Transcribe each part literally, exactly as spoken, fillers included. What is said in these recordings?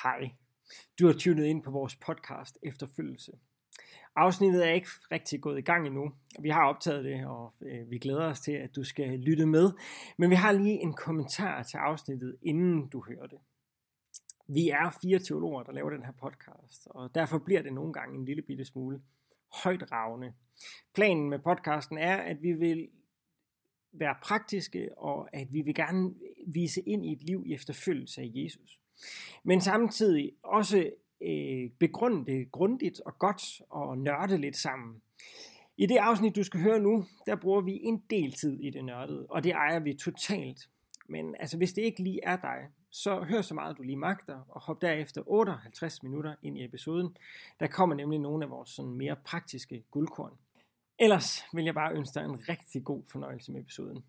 Hej, du har tunet ind på vores podcast Efterfølgelse. Afsnittet er ikke rigtig gået i gang endnu. Vi har optaget det, og vi glæder os til, at du skal lytte med. Men vi har lige en kommentar til afsnittet, inden du hører det. Vi er fire teologer, der laver den her podcast, og derfor bliver det nogle gange en lille bitte smule højtravende. Planen med podcasten er, at vi vil være praktiske, og at vi vil gerne vise ind i et liv i efterfølgelse af Jesus. Men samtidig også øh, begrunde det grundigt og godt og nørde lidt sammen. I det afsnit, du skal høre nu, der bruger vi en del tid i det nørdede, og det ejer vi totalt. Men altså, hvis det ikke lige er dig, så hør så meget du lige magter, og hop derefter otteoghalvtreds minutter ind i episoden. Der kommer nemlig nogle af vores sådan mere praktiske guldkorn. Ellers vil jeg bare ønske dig en rigtig god fornøjelse med episoden.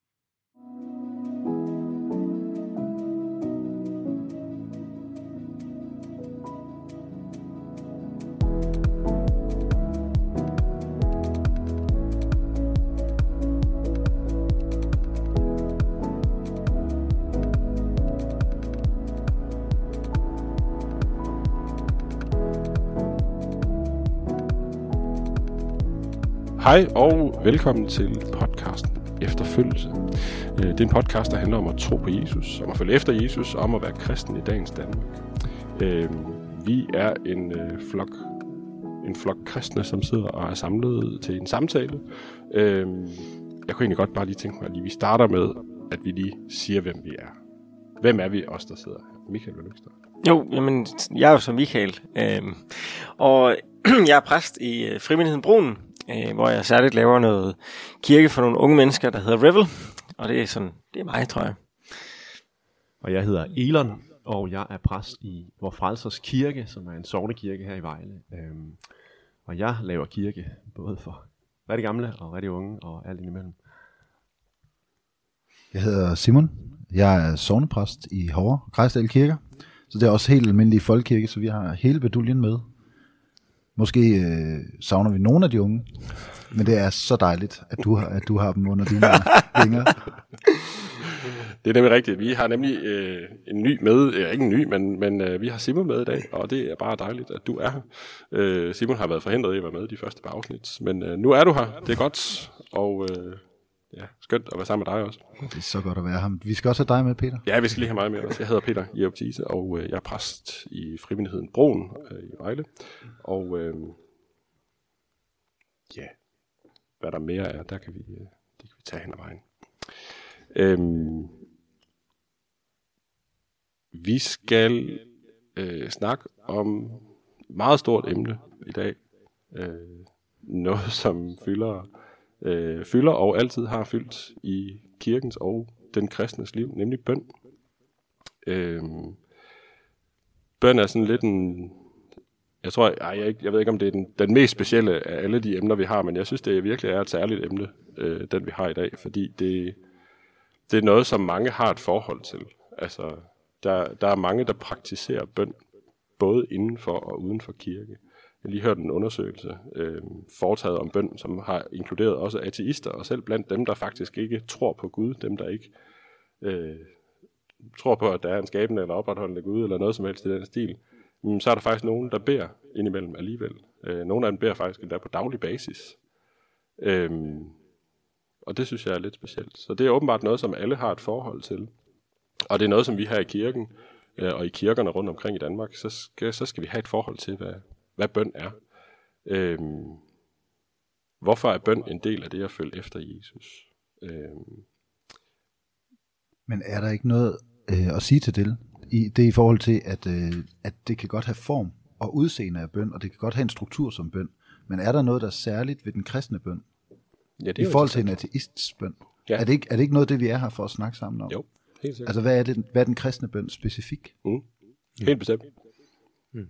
Hej og velkommen til podcasten Efterfølgelse. Det er en podcast, der handler om at tro på Jesus, om at følge efter Jesus, og om at være kristen i dagens Danmark. Vi er en flok, en flok kristne, som sidder og er samlet til en samtale. Jeg kunne egentlig godt bare lige tænke mig, at vi starter med, at vi lige siger, hvem vi er. Hvem er vi os, der sidder her? Michael, vil du ikke starte? Jo, jamen, jeg er jo så Michael, øhm, og jeg er præst i Frimenigheden Broen, øh, hvor jeg særligt laver noget kirke for nogle unge mennesker, der hedder Revel, og det er sådan, det er mig, tror jeg. Og jeg hedder Elon, og jeg er præst i Vor Frelsers Kirke, som er en sognekirke her i Vejle. Øhm, og jeg laver kirke både for rigtig gamle og rigtig unge og alt indimellem. Jeg hedder Simon. Jeg er sognepræst i Hårde Grejsdal Kirker. Så det er også helt almindelig folkekirke, så vi har hele beduljen med. Måske øh, savner vi nogle af de unge, men det er så dejligt, at du har, at du har dem under dine vinger. Det er nemlig rigtigt. Vi har nemlig øh, en ny med, øh, ikke en ny, men, men øh, vi har Simon med i dag, og det er bare dejligt, at du er her. Øh, Simon har været forhindret i at være med i de første par afsnit, men øh, nu er du her. Det er godt, og øh, ja, skønt at være sammen med dig også. Det er så godt at være her. Vi skal også have dig med, Peter. Ja, vi skal lige have mig med os. Jeg hedder Peter Jerup Thiese, og øh, jeg er præst i Frimenigheden Broen øh, i Vejle. Og øh, ja, hvad der mere er, der kan vi, øh, det kan vi tage hen ad vejen. Øhm, vi skal øh, snakke om et meget stort emne i dag. Øh, noget, som fylder, øh, fylder og altid har fyldt i kirkens og den kristnes liv, nemlig bøn. Øh, bøn er sådan lidt en... Jeg tror, ej, jeg, jeg ved ikke, om det er den, den mest specielle af alle de emner, vi har, men jeg synes, det virkelig er et særligt emne, øh, den vi har i dag, fordi det, det er noget, som mange har et forhold til. Altså, der, der er mange, der praktiserer bøn, både inden for og uden for kirke. Jeg har lige hørt en undersøgelse øh, foretaget om bøn, som har inkluderet også ateister, og selv blandt dem, der faktisk ikke tror på Gud, dem, der ikke øh, tror på, at der er en skabende eller opretholdende Gud, eller noget som helst i den stil, så er der faktisk nogen, der beder indimellem alligevel. Øh, nogle af dem beder faktisk endda på daglig basis. Øhm, og det synes jeg er lidt specielt. Så det er åbenbart noget, som alle har et forhold til. Og det er noget, som vi her i kirken, øh, og i kirkerne rundt omkring i Danmark, så skal, så skal vi have et forhold til, hvad, hvad bøn er. Øhm, hvorfor er bøn en del af det at følge efter Jesus? Øhm. Men er der ikke noget øh, at sige til det? I, det er i forhold til, at, øh, at det kan godt have form og udseende af bøn, og det kan godt have en struktur som bøn. Men er der noget, der er særligt ved den kristne bøn? Ja, det er I forhold til en ateists bøn? Ja. Er, det ikke, er det ikke noget, det vi er her for at snakke sammen om? Jo, helt sikkert. Altså, hvad er, det, hvad er den kristne bøn specifik? Mm. Helt bestemt. Mm.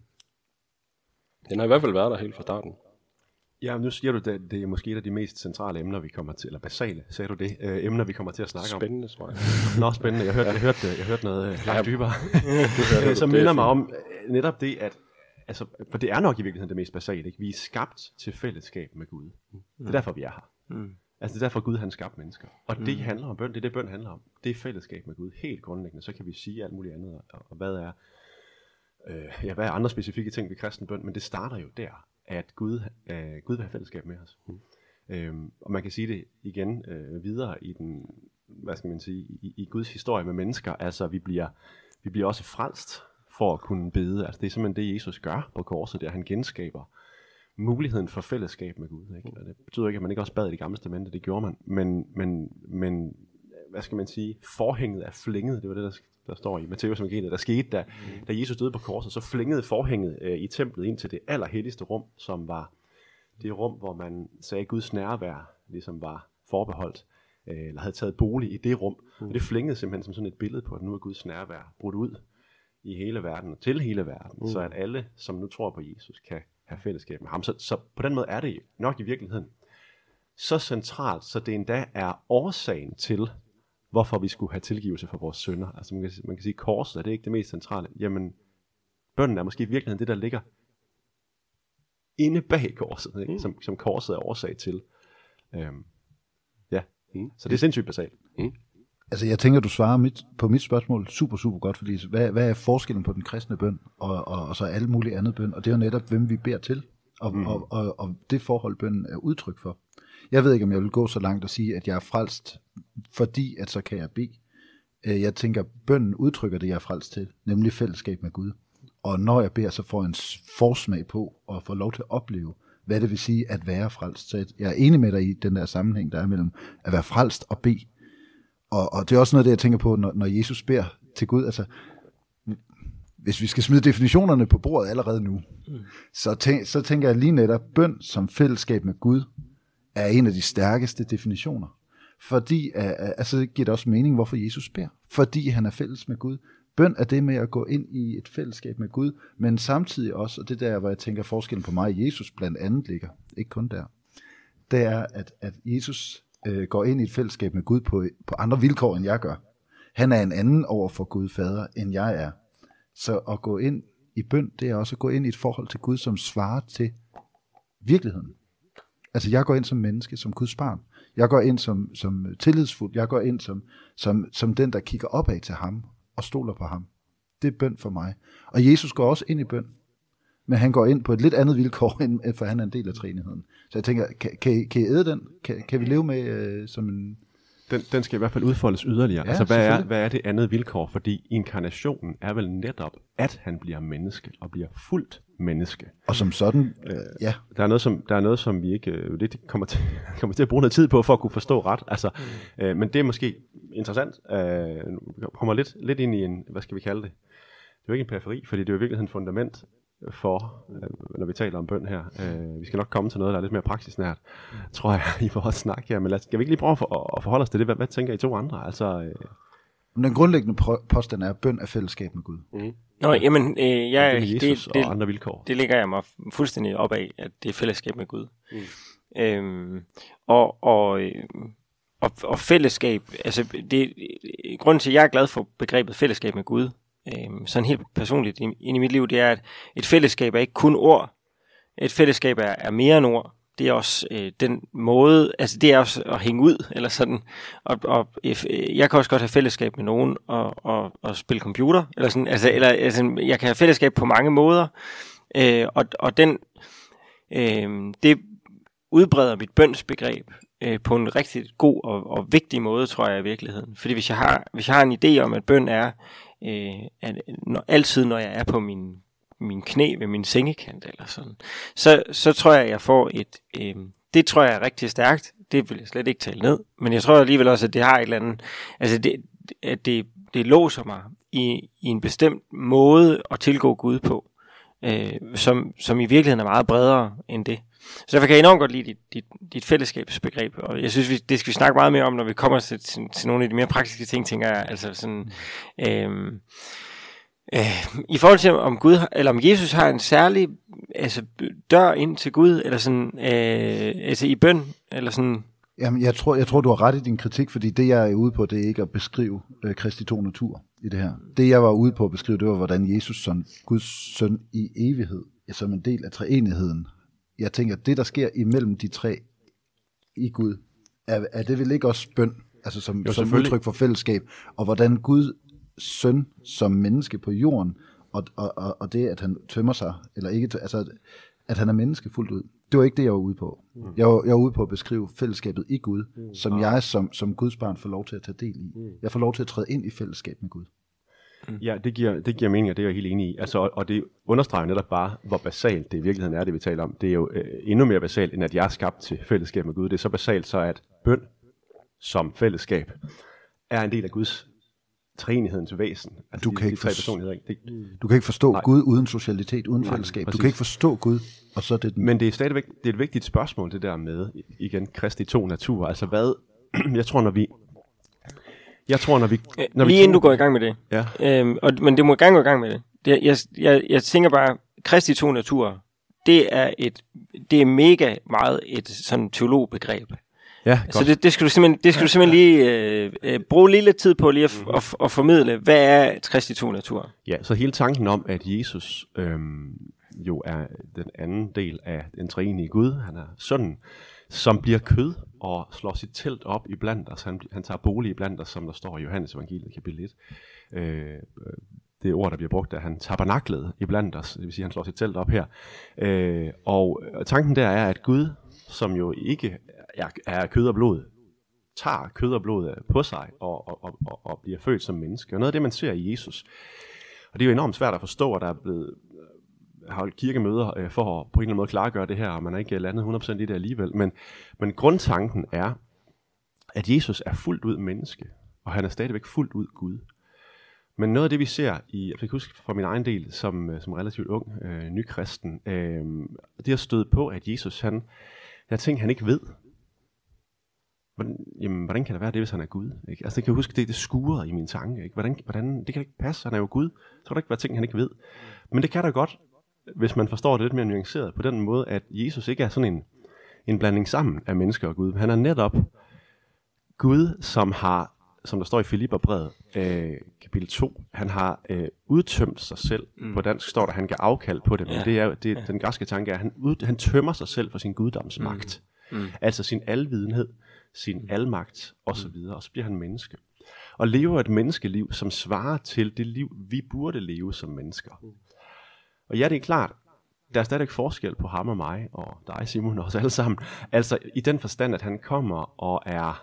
Den har i hvert fald været der helt fra starten. Ja, nu siger du, det, det er måske et af de mest centrale emner, vi kommer til, eller basale, sagde du det, øh, emner, vi kommer til at snakke spændende, om. Spændende, tror jeg. Nå, spændende. Jeg hørte, jeg hørte, jeg hørte noget langt ja. dybere. det som minder mig om netop det, at, altså, for det er nok i virkeligheden det mest basale, ikke? Vi er skabt til fællesskab med Gud. Mm. Det er derfor, vi er her. Mm. Altså det er derfor Gud han skabte mennesker. Og mm. det handler om bøn, det er det bøn handler om. Det er fællesskab med Gud, helt grundlæggende. Så kan vi sige alt muligt andet, og, og hvad er øh, ja, hvad er andre specifikke ting ved kristen bøn, men det starter jo der, at Gud, øh, Gud vil have fællesskab med os. Mm. Øhm, og man kan sige det igen øh, videre i den, hvad skal man sige, i, i Guds historie med mennesker. Altså, vi bliver, vi bliver også frelst for at kunne bede. Altså, det er simpelthen det, Jesus gør på korset, der han genskaber muligheden for fællesskab med Gud. Ikke? Og det betyder ikke, at man ikke også bad i det gamle testamente, det gjorde man. Men, men, men hvad skal man sige, forhænget er flænget, det var det, der, der står i Matteus evangeliet, der skete, da, mm. da Jesus døde på korset, så flængede forhænget øh, i templet ind til det allerhelligste rum, som var det rum, hvor man sagde, at Guds nærvær ligesom var forbeholdt, øh, eller havde taget bolig i det rum. Mm. Og det flængede simpelthen som sådan et billede på, at nu er Guds nærvær brudt ud i hele verden, og til hele verden, mm. så at alle, som nu tror på Jesus, kan have fællesskab med ham. Så, så på den måde er det nok i virkeligheden så centralt, så det endda er årsagen til, hvorfor vi skulle have tilgivelse for vores synder. Altså man kan, man kan sige, korset er det ikke det mest centrale. Jamen, bønnen er måske i virkeligheden det, der ligger inde bag korset, ikke? Mm. Som, som korset er årsag til. Øhm, ja, mm. Så det er sindssygt basalt. Mm. Altså jeg tænker, du svarer mit, på mit spørgsmål super, super godt, fordi hvad, hvad er forskellen på den kristne bøn og, og, og så alle mulige andre bøn? Og det er jo netop, hvem vi beder til, og, mm. og, og, og det forhold, bønnen er udtryk for. Jeg ved ikke, om jeg vil gå så langt og sige, at jeg er frelst, fordi at så kan jeg bede. Jeg tænker, bønnen udtrykker det, jeg er frelst til, nemlig fællesskab med Gud. Og når jeg beder, så får jeg en forsmag på, og får lov til at opleve, hvad det vil sige at være frelst. Så jeg er enig med dig i den der sammenhæng, der er mellem at være frelst og bede. Og, og det er også noget af det, jeg tænker på, når, når Jesus beder til Gud. Altså, hvis vi skal smide definitionerne på bordet allerede nu, mm. så, tænk, så tænker jeg lige netop, bøn som fællesskab med Gud, er en af de stærkeste definitioner. Fordi, altså det giver det også mening, hvorfor Jesus beder. Fordi han er fælles med Gud. Bøn er det med at gå ind i et fællesskab med Gud, men samtidig også, og det der, hvor jeg tænker forskellen på mig og Jesus blandt andet ligger, ikke kun der, det er, at, at Jesus øh, går ind i et fællesskab med Gud på, på andre vilkår, end jeg gør. Han er en anden over for Gud fader, end jeg er. Så at gå ind i bøn, det er også at gå ind i et forhold til Gud, som svarer til virkeligheden. Altså jeg går ind som menneske, som Guds barn. Jeg går ind som, som tillidsfuld. Jeg går ind som, som, som den, der kigger opad til ham og stoler på ham. Det er bøn for mig. Og Jesus går også ind i bøn, men han går ind på et lidt andet vilkår, end for han er en del af treenigheden. Så jeg tænker, kan, kan, I, kan I æde den? Kan, kan vi leve med øh, som en... Den, den skal i hvert fald udfoldes yderligere. Ja, altså, hvad er, hvad er det andet vilkår? Fordi inkarnationen er vel netop, at han bliver menneske og bliver fuldt menneske. Og som sådan, øh, ja. Der er noget, som, der er noget, som vi ikke øh, det kommer til, kommer til at bruge noget tid på, for at kunne forstå ret. Altså, mm. øh, men det er måske interessant. Øh, kommer lidt, lidt ind i en, hvad skal vi kalde det? Det er jo ikke en periferi, fordi det er jo i virkeligheden et fundament for, øh, når vi taler om bøn her. Øh, vi skal nok komme til noget, der er lidt mere praksisnært, mm. tror jeg, i vores snak her. Men lad, skal vi ikke lige prøve for, at forholde os til det? Hvad, hvad tænker I to andre? Altså, øh... Den grundlæggende påstand er, at bøn er fællesskab med Gud. Mm. Nå, jamen, øh, jeg, det, Jesus det, det, og andre vilkår. Det ligger jeg mig fuldstændig op af, at det er fællesskab med Gud. Mm. Øhm, og, og, og, og fællesskab, altså, det, grunden til, at jeg er glad for begrebet fællesskab med Gud, øhm, sådan helt personligt ind i mit liv, det er, at et fællesskab er ikke kun ord. Et fællesskab er, er mere end ord. Det er også øh, den måde, altså det er også at hænge ud, eller sådan. Og, og øh, jeg kan også godt have fællesskab med nogen og, og, og spille computer, eller sådan. Altså, eller, altså, jeg kan have fællesskab på mange måder, øh, og, og den, øh, det udbreder mit bønsbegreb øh, på en rigtig god og, og vigtig måde, tror jeg i virkeligheden. Fordi hvis jeg har, hvis jeg har en idé om, at bøn er, øh, at når, altid når jeg er på min min knæ ved min sengekant eller sådan, så, så tror jeg, at jeg får et, øh, det tror jeg er rigtig stærkt, det vil jeg slet ikke tale ned, men jeg tror alligevel også, at det har et eller andet, altså det, at det, det låser mig i, i en bestemt måde at tilgå Gud på, øh, som, som i virkeligheden er meget bredere end det. Så derfor kan jeg enormt godt lide dit, dit, dit fællesskabsbegreb, og jeg synes, vi, det skal vi snakke meget mere om, når vi kommer til, til, til nogle af de mere praktiske ting, tænker jeg, altså sådan, øh, Øh, i forhold til om Gud eller om Jesus har en særlig altså dør ind til Gud eller sådan øh, altså i bøn eller sådan. Jamen jeg tror jeg tror du har ret i din kritik, fordi det jeg er ude på, det er ikke at beskrive øh, Kristi to natur i det her. Det jeg var ude på at beskrive, det var hvordan Jesus som Guds søn i evighed, som en del af treenigheden. Jeg tænker det der sker imellem de tre i Gud, er, er det vel ikke også bøn, altså som, jo, som udtryk for fællesskab, og hvordan Gud søn som menneske på jorden og, og, og, og det, at han tømmer sig, eller ikke, altså, at han er menneske fuldt ud. Det var ikke det, jeg var ude på. Mm. Jeg, var, jeg var ude på at beskrive fællesskabet i Gud, mm. som ah. jeg som, som Guds barn får lov til at tage del i. Mm. Jeg får lov til at træde ind i fællesskab med Gud. Mm. Ja, det giver, det giver mening, og det er jeg helt enig i. Altså, og, og det understreger netop bare, hvor basalt det i virkeligheden er, det vi taler om. Det er jo øh, endnu mere basalt, end at jeg er skabt til fællesskab med Gud. Det er så basalt, så at bøn som fællesskab er en del af Guds treenighedens væsen. Altså du, de, kan de ikke tre for... personligheder. Det... du kan ikke forstå Nej. Gud uden socialitet, uden Nej, fællesskab. præcis. Du kan ikke forstå Gud, og så er det den. Men det er stadigvæk det er et vigtigt spørgsmål, det der med, igen, Kristi to naturer. Altså hvad, jeg tror, når vi... Jeg tror, når vi... Når Lige vi inden du går i gang med det. Ja. Øhm, og, men det må gerne gå i gang med det. det jeg, jeg, jeg tænker bare, Kristi to naturer, det er et, det er mega meget et sådan teologbegreb. Ja, så det, det skal du simpelthen, det skal du simpelthen lige øh, øh, bruge lidt tid på lige at, mm-hmm. at, at formidle, hvad er Kristi to naturer? Ja, så hele tanken om, at Jesus øhm, jo er den anden del af den treenige Gud, han er sønnen, som bliver kød og slår sit telt op i blandt os. Han, han tager bolig i blandt os, som der står i Johannes evangeliet kapitel et. Øh, det ord, der bliver brugt, er, han tabernaklede i blandt os, det vil sige, han slår sit telt op her. Øh, og tanken der er, at Gud, som jo ikke er, er kød og blod, tager kød og blod på sig og, og, og, og bliver født som menneske. Og noget af det, man ser i Jesus, og det er jo enormt svært at forstå, at der er blevet holdt kirkemøder øh, for at på en eller anden måde klargøre det her, og man er ikke landet hundrede procent i det alligevel. Men, men grundtanken er, at Jesus er fuldt ud menneske, og han er stadigvæk fuldt ud Gud. Men noget af det, vi ser i, jeg kan huske fra min egen del, som, som relativt ung, øh, nykristen, øh, det har stødt på, at Jesus, han, der er ting, han ikke ved. Hvordan, jamen, hvordan kan det være det, hvis han er Gud? Ikke? Altså, det kan jeg huske, det, det skurer i min tanke. Ikke? Hvordan, hvordan, det kan ikke passe, han er jo Gud. Så kan der ikke være ting, han ikke ved. Men det kan der godt, hvis man forstår det lidt mere nuanceret, på den måde, at Jesus ikke er sådan en, en blanding sammen af mennesker og Gud. Han er netop Gud, som har, som der står i Filipperbrevet, øh, kapitel to, han har øh, udtømt sig selv. Mm. På dansk står der, han kan afkald på det, men ja. det er det, den græske tanke er, at han, ud, han tømmer sig selv for sin guddomsmagt. Mm. Mm. Altså sin alvidenhed, sin mm. almagt osv., mm. og så bliver han menneske. Og lever et menneskeliv, som svarer til det liv, vi burde leve som mennesker. Mm. Og ja, det er klart, der er stadig forskel på ham og mig, og dig, Simon, og os alle sammen. Altså i den forstand, at han kommer og er...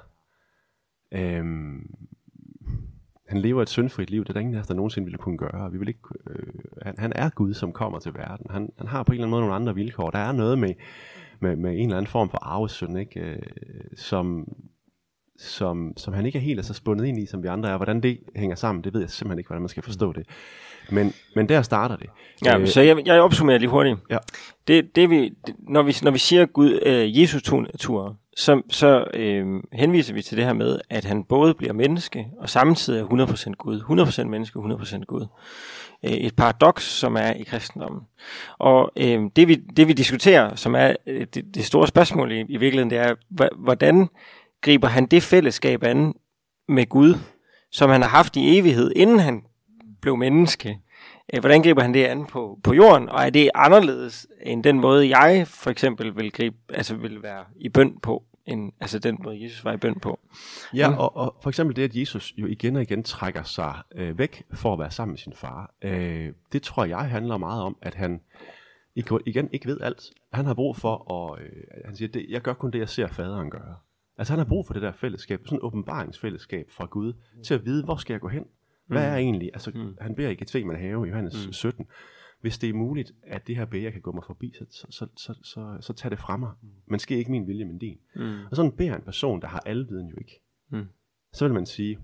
Øhm, han lever et syndfrit liv, det er der ingen af os, der nogensinde ville kunne gøre. Vi vil ikke, øh, han, han er Gud, som kommer til verden. Han, han har på en eller anden måde nogle andre vilkår. Der er noget med, med, med en eller anden form for arvesynd, ikke? Øh, som, som, som han ikke er helt så spundet ind i, som vi andre er. Hvordan det hænger sammen, det ved jeg simpelthen ikke, hvordan man skal forstå det. Men, men der starter det. Ja, øh, så jeg, jeg opsummerer lige hurtigt. Ja. Det, det vi, det, når, vi, når vi siger Gud, øh, Jesus to naturer, så, så øh, henviser vi til det her med, at han både bliver menneske, og samtidig er hundrede procent Gud. hundrede procent menneske, hundrede procent Gud. Øh, et paradoks, som er i kristendommen. Og øh, det, vi, det vi diskuterer, som er øh, det, det store spørgsmål i, i virkeligheden, det er, hvordan griber han det fællesskab an med Gud, som han har haft i evighed, inden han blev menneske. Hvordan griber han det an på, på jorden, og er det anderledes end den måde, jeg for eksempel vil gribe, altså vil være i bøn på, end altså den måde, Jesus var i bøn på? Ja, og, og for eksempel det, at Jesus jo igen og igen trækker sig øh, væk for at være sammen med sin far, øh, det tror jeg handler meget om, at han igen ikke ved alt. Han har brug for at, øh, han siger, det, jeg gør kun det, jeg ser faderen gøre. Altså han har brug for det der fællesskab, sådan et åbenbaringsfællesskab fra Gud, til at vide, hvor skal jeg gå hen? Hvad er egentlig, altså mm. han beder i Gethsemane have i Johannes mm. sytten, hvis det er muligt, at det her bæger kan gå mig forbi, så, så, så, så, så, så tag det fra mig. Men sker ikke min vilje, men din. Mm. Og sådan beder en person, der har alviden jo ikke. Mm. Så vil man sige,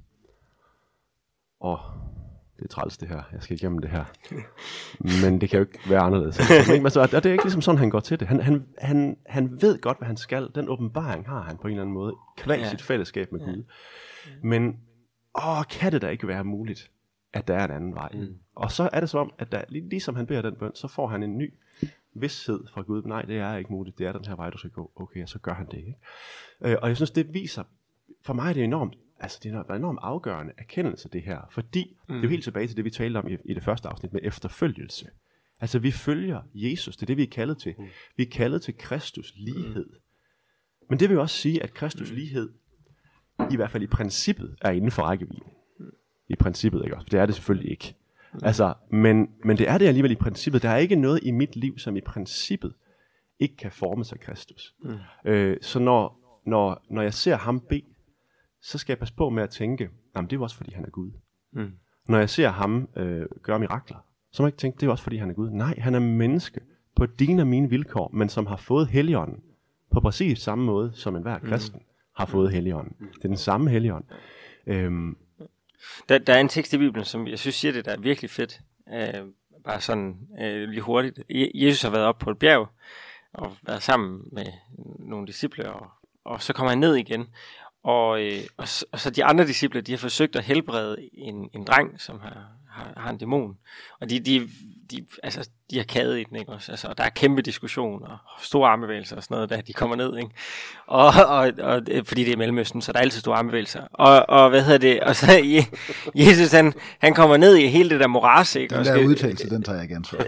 åh, det er træls det her, jeg skal igennem det her. Men det kan jo ikke være anderledes. Men, altså, og det er ikke ligesom sådan, han går til det. Han, han, han, han ved godt, hvad han skal. Den åbenbaring har han på en eller anden måde, kvæg ja. sit fællesskab med ja. Gud. Men åh, kan det da ikke være muligt, at der er en anden vej? Mm. Og så er det som om, at der, lig, ligesom han beder den bøn, så får han en ny vidshed fra Gud. Nej, det er ikke muligt, det er den her vej, du skal gå. Okay, og så gør han det, ikke? Øh, og jeg synes, det viser, for mig er det enormt, altså det er en enormt afgørende erkendelse, det her. Fordi, mm. det er jo helt tilbage til det, vi talte om i, i det første afsnit med efterfølgelse. Altså, vi følger Jesus, det er det, vi er kaldet til. Mm. Vi er kaldet til Kristus lighed. Mm. Men det vil også sige, at Kristus lighed, i hvert fald i princippet, er inden for rækkevidde. I princippet, ikke også? Det er det selvfølgelig ikke. Mm. Altså, men, men det er det alligevel i princippet. Der er ikke noget i mit liv, som i princippet ikke kan formes af Kristus. Mm. Øh, så når, når, når jeg ser ham bede, så skal jeg passe på med at tænke, jamen det er også fordi han er Gud. Mm. Når jeg ser ham øh, gøre mirakler, så må jeg ikke tænke, det er også fordi han er Gud. Nej, han er menneske på dine og mine vilkår, men som har fået Helligånden på præcis samme måde, som enhver kristen mm. har fået Helligånden. Det er den samme Helligånd. Øhm. Der, der er en tekst i Bibelen, som jeg synes siger det, der er virkelig fedt. Øh, bare sådan øh, lige hurtigt. Jesus har været oppe på et bjerg, og været sammen med nogle disciple, og, og så kommer han ned igen. Og, øh, og, så, og så de andre disciple, de har forsøgt at helbrede en, en dreng, som har, har, har en dæmon. Og de, de, de, altså, de har kadet i den, ikke også? Altså, og der er kæmpe diskussioner, og store armbevægelser og sådan noget, da de kommer ned, ikke? Og, og, og, fordi det er Mellemøsten, så der er altid store armbevægelser. Og, og hvad hedder det? Og så Jesus, han, han kommer ned i hele det der moras, ikke? Den der skal, udtalelse, den tager jeg igen så.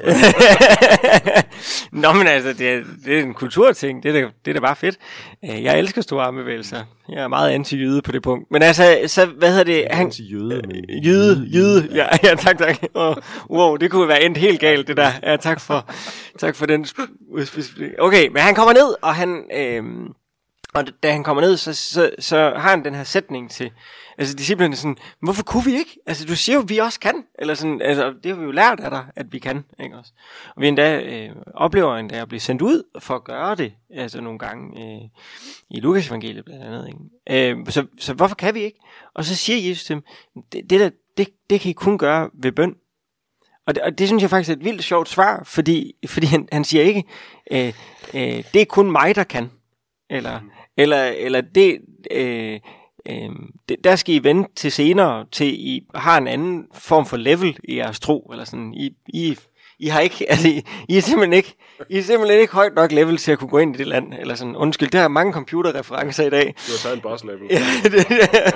Nå, men altså, det er, det er en kulturting. Det er, da, det er da bare fedt. Jeg elsker store armbevægelser. Jeg er meget anti-jøde på det punkt. Men altså, så, hvad hedder det? Han, anti-jøde, men... Jøde, jøde. Ja, ja, tak, tak. Oh, wow, det kunne være endt helt galt, det der. Ja, tak for, tak for den. Okay, men han kommer ned, og han, øhm, og da han kommer ned, så, så, så har han den her sætning til, altså disciplerne sådan, hvorfor kunne vi ikke? Altså, du siger jo, vi også kan. Eller sådan, altså, det har vi jo lært af dig, at vi kan, ikke også? Og vi endda øh, oplever endda at blive sendt ud for at gøre det, altså nogle gange øh, i Lukas evangeliet blandt andet, ikke? Øh, så, så hvorfor kan vi ikke? Og så siger Jesus til dem, det, det der, det, det kan I kun gøre ved bøn. Og det, og det synes jeg faktisk er et vildt sjovt svar, fordi, fordi han, han siger ikke, øh, øh, det er kun mig, der kan. Eller, eller, eller det, øh, øh, det, der skal I vente til senere, til I har en anden form for level i jeres tro. Eller sådan. I, I, I, har ikke, altså, I, I, er simpelthen ikke, I er simpelthen ikke højt nok level til at kunne gå ind i det land. Eller sådan. Undskyld, der er mange computerreferencer i dag. Du har taget en boss level. Ja, det,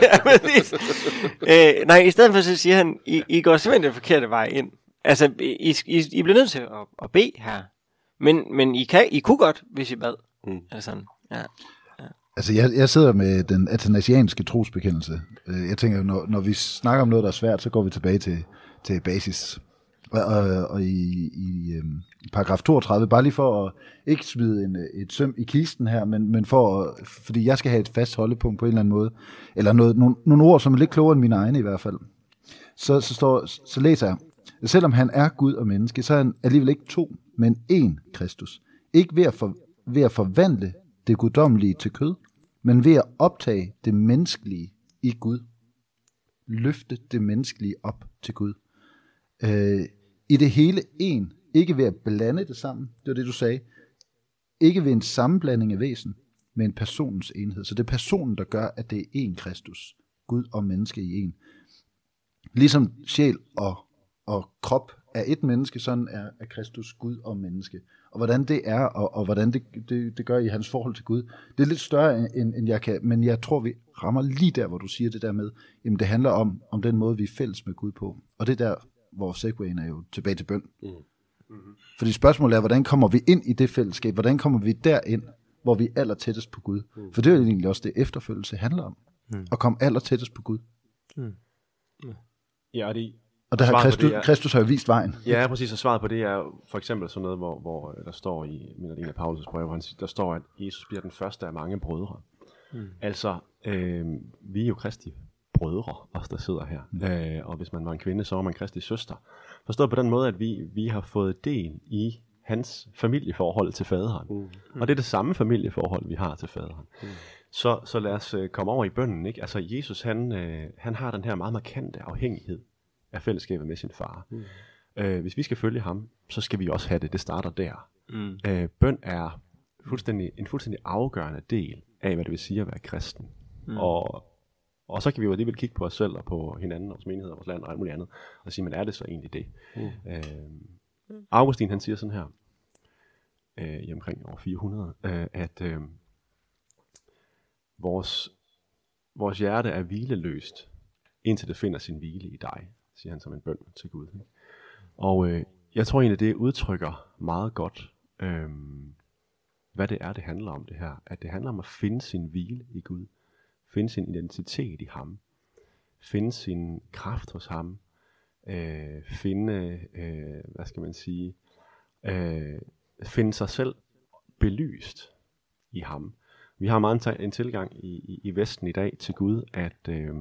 ja, øh, nej, i stedet for så siger han, I, I går simpelthen den forkerte vej ind. Altså, I, I, I bliver nødt til at, at bede her. Men, men I, kan, I kunne godt, hvis I bad. Mm. Eller sådan, ja. ja. Altså, jeg, jeg sidder med den athanasianske trosbekendelse. Jeg tænker, når, når vi snakker om noget, der er svært, så går vi tilbage til, til basis. Og, og, og i, i, i paragraf toogtredive, bare lige for at ikke smide en, et søm i kisten her, men, men for at, fordi jeg skal have et fast holdepunkt på en eller anden måde, eller noget, nogle, nogle ord, som er lidt klogere end mine egne i hvert fald. Så, så, står, så læser jeg, selvom han er Gud og menneske, så er han alligevel ikke to, men én Kristus. Ikke ved at, for, ved at forvandle det guddommelige til kød, men ved at optage det menneskelige i Gud. Løfte det menneskelige op til Gud. Øh, I det hele en, ikke ved at blande det sammen, det var det du sagde, ikke ved en sammenblanding af væsen, men en personens enhed. Så det er personen, der gør, at det er én Kristus, Gud og menneske i en. Ligesom sjæl og, og krop er et menneske, sådan er, er Kristus Gud og menneske. Og hvordan det er, og, og hvordan det, det, det gør i hans forhold til Gud, det er lidt større, end, end jeg kan, men jeg tror, vi rammer lige der, hvor du siger det der med, jamen det handler om, om den måde, vi er fælles med Gud på. Og det er der, hvor segwayen er jo tilbage til bøn. Mm. Mm-hmm. Fordi spørgsmålet er, hvordan kommer vi ind i det fællesskab? Hvordan kommer vi derind, hvor vi er aller tættest på Gud? Mm. For det er jo egentlig også det, efterfølgelse handler om. Mm. At komme aller tættest på Gud. Mm. Mm. Ja, det Og der har Kristus, er, Kristus har jo vist vejen. Ja, præcis. Og svaret på det er for eksempel sådan noget, hvor, hvor der står i min en af Paulus' breve, der står, at Jesus bliver den første af mange brødre. Mm. Altså, øh, vi er jo Kristi brødre, os der sidder her. Mm. Øh, og hvis man var en kvinde, så var man Kristi søster. Forstået på den måde, at vi, vi har fået del i hans familieforhold til faderen. Mm. Mm. Og det er det samme familieforhold, vi har til faderen. Mm. Så, så lad os øh, komme over i bønnen. Ikke? Altså, Jesus, han, øh, han har den her meget markante afhængighed af fællesskabet med sin far. Mm. Øh, hvis vi skal følge ham, så skal vi også have det. Det starter der. Mm. Øh, bøn er fuldstændig, en fuldstændig afgørende del af, hvad det vil sige at være kristen. Mm. Og, og så kan vi jo alligevel kigge på os selv og på hinanden, vores menighed og vores land og alt muligt andet, og sige, men er det så egentlig det? Mm. Øh, Augustin, han siger sådan her, øh, i omkring år fire hundrede, øh, at øh, vores, vores hjerte er hvileløst, indtil det finder sin hvile i dig, siger han som en bøn til Gud. Og øh, jeg tror egentlig, det udtrykker meget godt, øh, hvad det er, det handler om det her. At det handler om at finde sin hvile i Gud. Finde sin identitet i ham. Finde sin kraft hos ham. øh, finde, øh, hvad skal man sige, øh, finde sig selv belyst i ham. Vi har meget en, en tilgang i, i, i Vesten i dag til Gud, at, øh,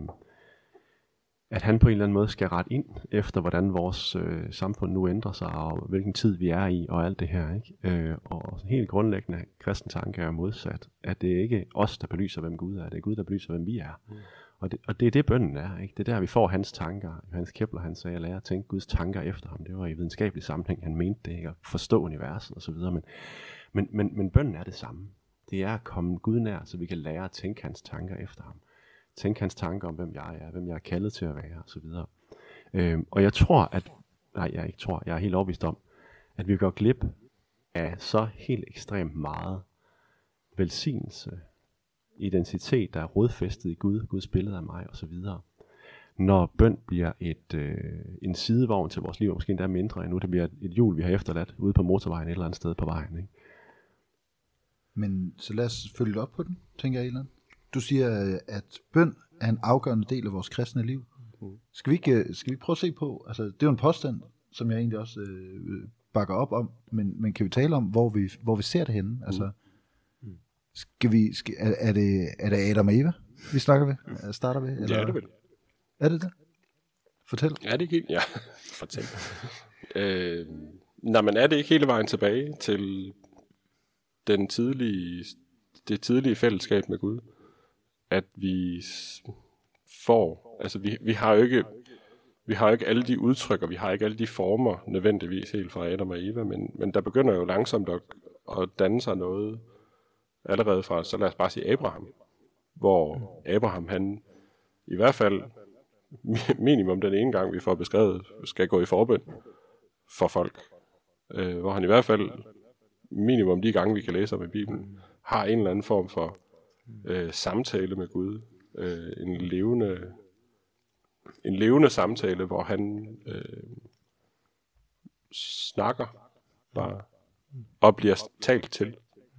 at han på en eller anden måde skal rette ind efter, hvordan vores øh, samfund nu ændrer sig, og hvilken tid vi er i, og alt det her. Ikke? Øh, og helt grundlæggende, kristen tanke er modsat, at det ikke er os, der belyser, hvem Gud er, det er Gud, der belyser, hvem vi er. Mm. Og, det, og det er det, bønnen er. Ikke? Det er der, vi får hans tanker. Johannes Kepler, han sagde, at lære at tænke Guds tanker efter ham. Det var i videnskabelig sammenhæng, han mente det, ikke? At forstå universet og så videre. Men, men, men, men bønnen er det samme. Det er at komme Gud nær, så vi kan lære at tænke hans tanker efter ham. Tænke hans tanker om, hvem jeg er, hvem jeg er kaldet til at være, og så videre. Øhm, og jeg tror, at, nej, jeg ikke tror, jeg er helt overbevist om, at vi går glip af så helt ekstremt meget velsignelse, identitet, der er rodfæstet i Gud, Guds billede af mig, og så videre. Når bøn bliver et, øh, en sidevogn til vores liv, og måske endda mindre endnu, det bliver et, et hjul, vi har efterladt ude på motorvejen et eller andet sted på vejen, ikke? Men så lad os følge op på den, tænker jeg, Elon. Du siger, at bøn er en afgørende del af vores kristne liv. Skal vi ikke, skal vi ikke prøve at se på, altså det er jo en påstand, som jeg egentlig også øh, bakker op om, men, men kan vi tale om, hvor vi, hvor vi ser det henne? Altså, skal vi, skal, er, er, det, er det Adam og Eva, vi snakker ved? Starter ved? Eller? Ja, det er det. Er det det? Fortæl. Er det ikke helt? Ja, fortæl. øh, nej, men er det ikke hele vejen tilbage til den tidlige, det tidlige fællesskab med Gud? At vi får, altså vi, vi har jo ikke, vi har jo ikke alle de udtryk, og vi har ikke alle de former nødvendigvis helt fra Adam og Eva, men, men der begynder jo langsomt at, at danne sig noget allerede fra, så lad os bare sige Abraham, hvor Abraham han i hvert fald minimum den ene gang vi får beskrevet skal gå i forbøn for folk, øh, hvor han i hvert fald minimum de gange vi kan læse om i Bibelen har en eller anden form for øh, samtale med Gud, øh, en levende en levende samtale, hvor han øh, snakker bare og bliver talt til.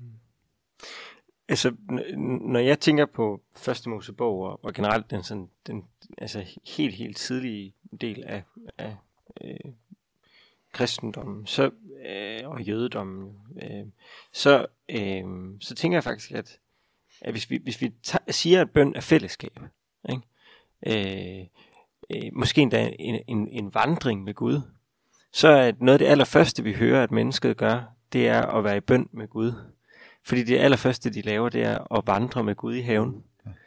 Altså, når jeg tænker på Første Mosebog og, og generelt den sådan den altså helt helt tidlige del af, af øh, kristendommen, så øh, og jødedommen, øh, så øh, så tænker jeg faktisk at, at hvis vi hvis vi tager, siger at bøn er fællesskab, ikke? Øh, øh, måske endda en, en en vandring med Gud, så er noget af det allerførste vi hører at mennesket gør, det er at være i bøn med Gud. Fordi det allerførste, de laver, det er at vandre med Gud i haven.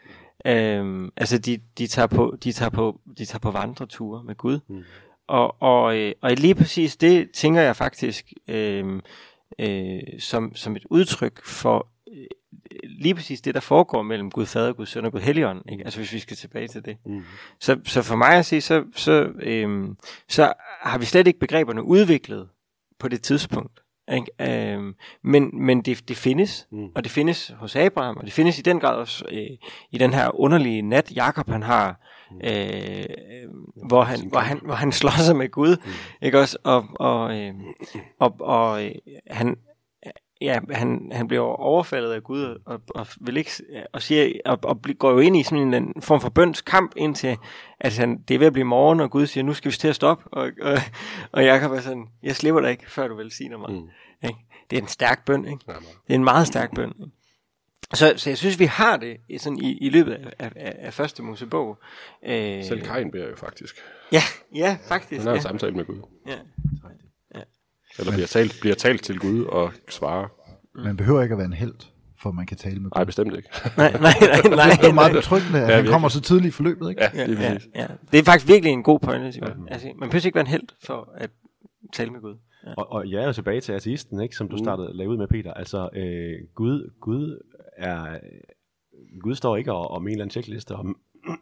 Øhm, altså, de, de, tager på, de, tager på, de tager på vandreture med Gud. Mm. Og, og, øh, og lige præcis det, tænker jeg faktisk, øh, øh, som, som et udtryk for øh, lige præcis det, der foregår mellem Gud Fader, Gud Søn og Gud Helligånd. Ikke? Altså, hvis vi skal tilbage til det. Mm. Så, så for mig at sige, så, så, øh, så har vi slet ikke begreberne udviklet på det tidspunkt. Øhm, men men det, det findes, mm. og det findes hos Abraham, og det findes i den grad også øh, i den her underlige nat, Jakob han har, øh, hvor, han, hvor, han, hvor han slår sig med Gud, mm. ikke også, og, og, øh, og, og øh, han, ja, han, han bliver overfaldet af Gud, og, og, vil ikke, og, siger, og, og går jo ind i sådan en form for bønskamp, indtil at han, det er ved at blive morgen, og Gud siger, nu skal vi til at stoppe, og, og, og Jakob er sådan, jeg slipper dig ikke, før du velsigner mig. Mm. Ikke? Det er en stærk bøn, ikke? Det er en meget stærk bøn, ikke? Så, så jeg synes, vi har det sådan i, i løbet af, af, af første Mosebog. Øh, Selv Kain beder jo faktisk. Ja, ja, faktisk. Han har en ja. samtale med Gud. Ja. Ja. Eller bliver talt, bliver talt til Gud og svarer. Man behøver ikke at være en helt, for man kan tale med Gud. Nej, bestemt ikke. nej, nej, nej, nej. Det er meget betryggende, at ja, han kommer så tidligt i forløbet, ikke? Ja, det er, ja, ja. Det er faktisk virkelig en god pointe, ja. Altså, man behøver ikke være en helt for at tale med Gud. Ja. Og, og jeg er jo tilbage til ateisten, ikke, som du startede at lave ud med, Peter. Altså, øh, Gud, Gud er, Gud står ikke og, og med en eller anden checkliste om,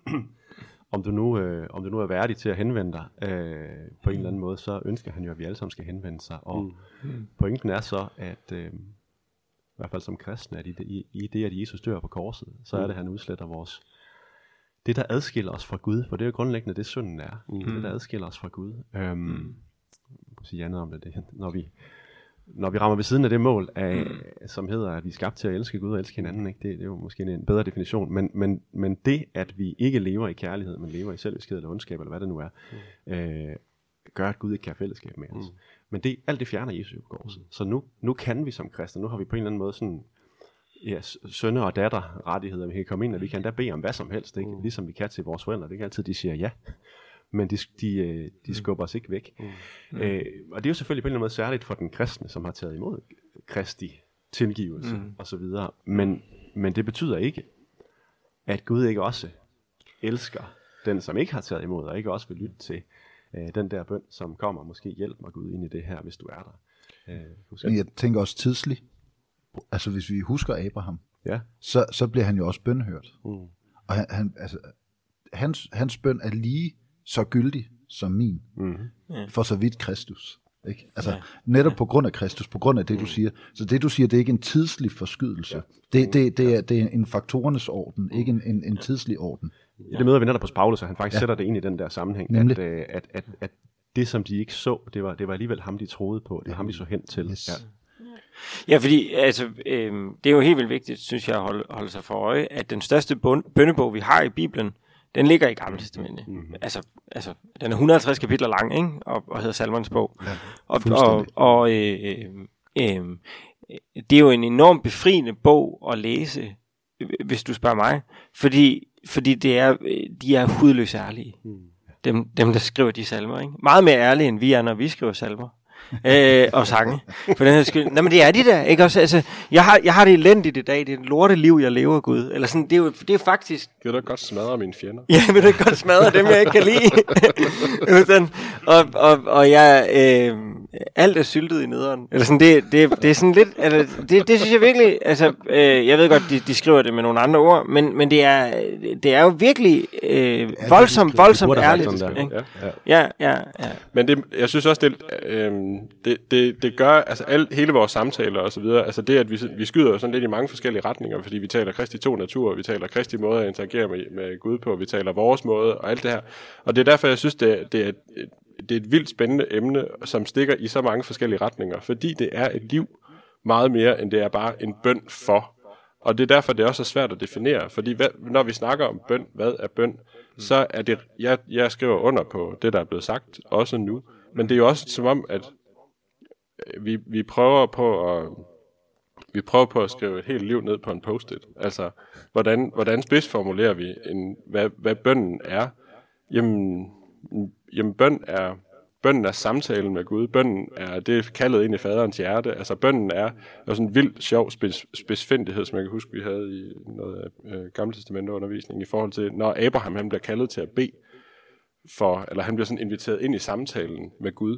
om du nu, øh, om du nu er værdig til at henvende dig øh, på en eller anden måde, så ønsker han jo, at vi alle sammen skal henvende sig. Og mm. pointen er så, at øh, i hvert fald som kristne, at i det, i, i det, at Jesus dør på korset, så er det, han udsletter vores, det der adskiller os fra Gud, for det er jo grundlæggende det, synden er. Mm. Det, der adskiller os fra Gud. Øhm, mm. sige andet om det, det når vi når vi rammer ved siden af det mål af, mm. som hedder at vi er skabt til at elske Gud og elske hinanden, ikke? Det, det er jo måske en bedre definition, men, men, men det at vi ikke lever i kærlighed, men lever i selviskhed eller ondskab eller hvad det nu er, mm. øh, gør, at Gud ikke kan have fællesskab med os. Mm. Men det, alt det fjerner Jesus jo på korset. Mm. Så nu, nu kan vi som kristne, nu har vi på en eller anden måde sådan, ja, sønner og datter rettigheder, vi kan komme ind, og vi kan da bede om hvad som helst, ikke? Mm. Ligesom vi kan til vores forældre. Det er ikke altid, de siger ja. Men de, de, de skubber os ikke væk. Mm. Øh, og det er jo selvfølgelig på en eller anden måde særligt for den kristne, som har taget imod Kristi tilgivelse mm. og så videre. Men, men det betyder ikke, at Gud ikke også elsker den, som ikke har taget imod, og ikke også vil lytte til øh, den der bøn, som kommer, måske hjælp mig Gud ind i det her, hvis du er der. Øh, Men jeg tænker også tidsligt. Altså hvis vi husker Abraham, ja. så, så bliver han jo også bønhørt. Mm. Og han, han, altså, hans, hans bøn er lige så gyldig som min, mm-hmm. for så vidt Kristus. Ikke? Altså, ja. Netop på grund af Kristus, på grund af det, du siger. Så det, du siger, det er ikke en tidslig forskydelse. Ja. Det, det, det, er, det er en faktorernes orden, ikke en, en, en tidslig orden. Ja. Det møder vi netop hos Paulus, og han faktisk ja. sætter det ind i den der sammenhæng, at, at, at, at, at det, som de ikke så, det var, det var alligevel ham, de troede på. Det er ham, de så hen til. Yes. Ja. Ja, fordi altså, øh, det er jo helt vildt vigtigt, synes jeg, at holde, holde sig for øje, at den største bønnebog, vi har i Bibelen, den ligger i Gamle Testamentet. Mm-hmm. Altså, altså, den er et hundrede og halvtreds kapitler lang, ikke? Og, og hedder Salmernes bog. Ja, og og, og øh, øh, øh, det er jo en enormt befriende bog at læse, hvis du spørger mig. Fordi, fordi det er, de er hudløst ærlige. Mm. Dem, dem, der skriver de salmer, ikke? Meget mere ærlige, end vi er, når vi skriver salmer. øh, og sange. For den her skyld. Nej, men det er de der, ikke også? Altså, jeg har, jeg har det elendigt i dag. Det er et lorte liv, jeg lever, Gud. Eller sådan, det er jo, det er faktisk... Vil du ikke godt smadre mine fjender? Ja, vil du ikke godt smadre dem, jeg ikke kan lide? sådan, og, og, og jeg... Øh, alt er syltet i nederen. Eller sådan, det, det, det er sådan lidt... Altså, det, det synes jeg virkelig... Altså, øh, jeg ved godt, de, de skriver det med nogle andre ord, men, men det, er, det er jo virkelig øh, voldsomt, voldsomt ærligt. Ja, ja. Ja, ja, ja. Men det, jeg synes også, det... Øh, Det, det, det gør, altså alt, hele vores samtaler og så videre, altså det, at vi, vi skyder sådan lidt i mange forskellige retninger, fordi vi taler Kristi to natur, vi taler Kristi måde at interagere med, med Gud på, vi taler vores måde og alt det her. Og det er derfor, jeg synes, det, det, er, et, det er et vildt spændende emne, som stikker i så mange forskellige retninger, fordi det er et liv meget mere, end det er bare en bøn for. Og det er derfor, det er også svært at definere, fordi hvad, når vi snakker om bøn, hvad er bøn, så er det, jeg, jeg skriver under på det, der er blevet sagt, også nu, men det er jo også som om, at Vi, vi prøver på at vi prøver på at skrive et helt liv ned på en post-it. Altså, hvordan, hvordan spidsformulerer vi, en, hvad, hvad bønnen er? Jamen, jamen bøn er, bønnen er samtalen med Gud. Bønnen er, det er kaldet ind i faderens hjerte. Altså, bønnen er, er sådan en vild, sjov spids, spidsfindighed, som jeg kan huske, vi havde i noget af øh, Gamle Testamente undervisning, i forhold til, når Abraham han bliver kaldet til at bede for, eller han bliver sådan inviteret ind i samtalen med Gud,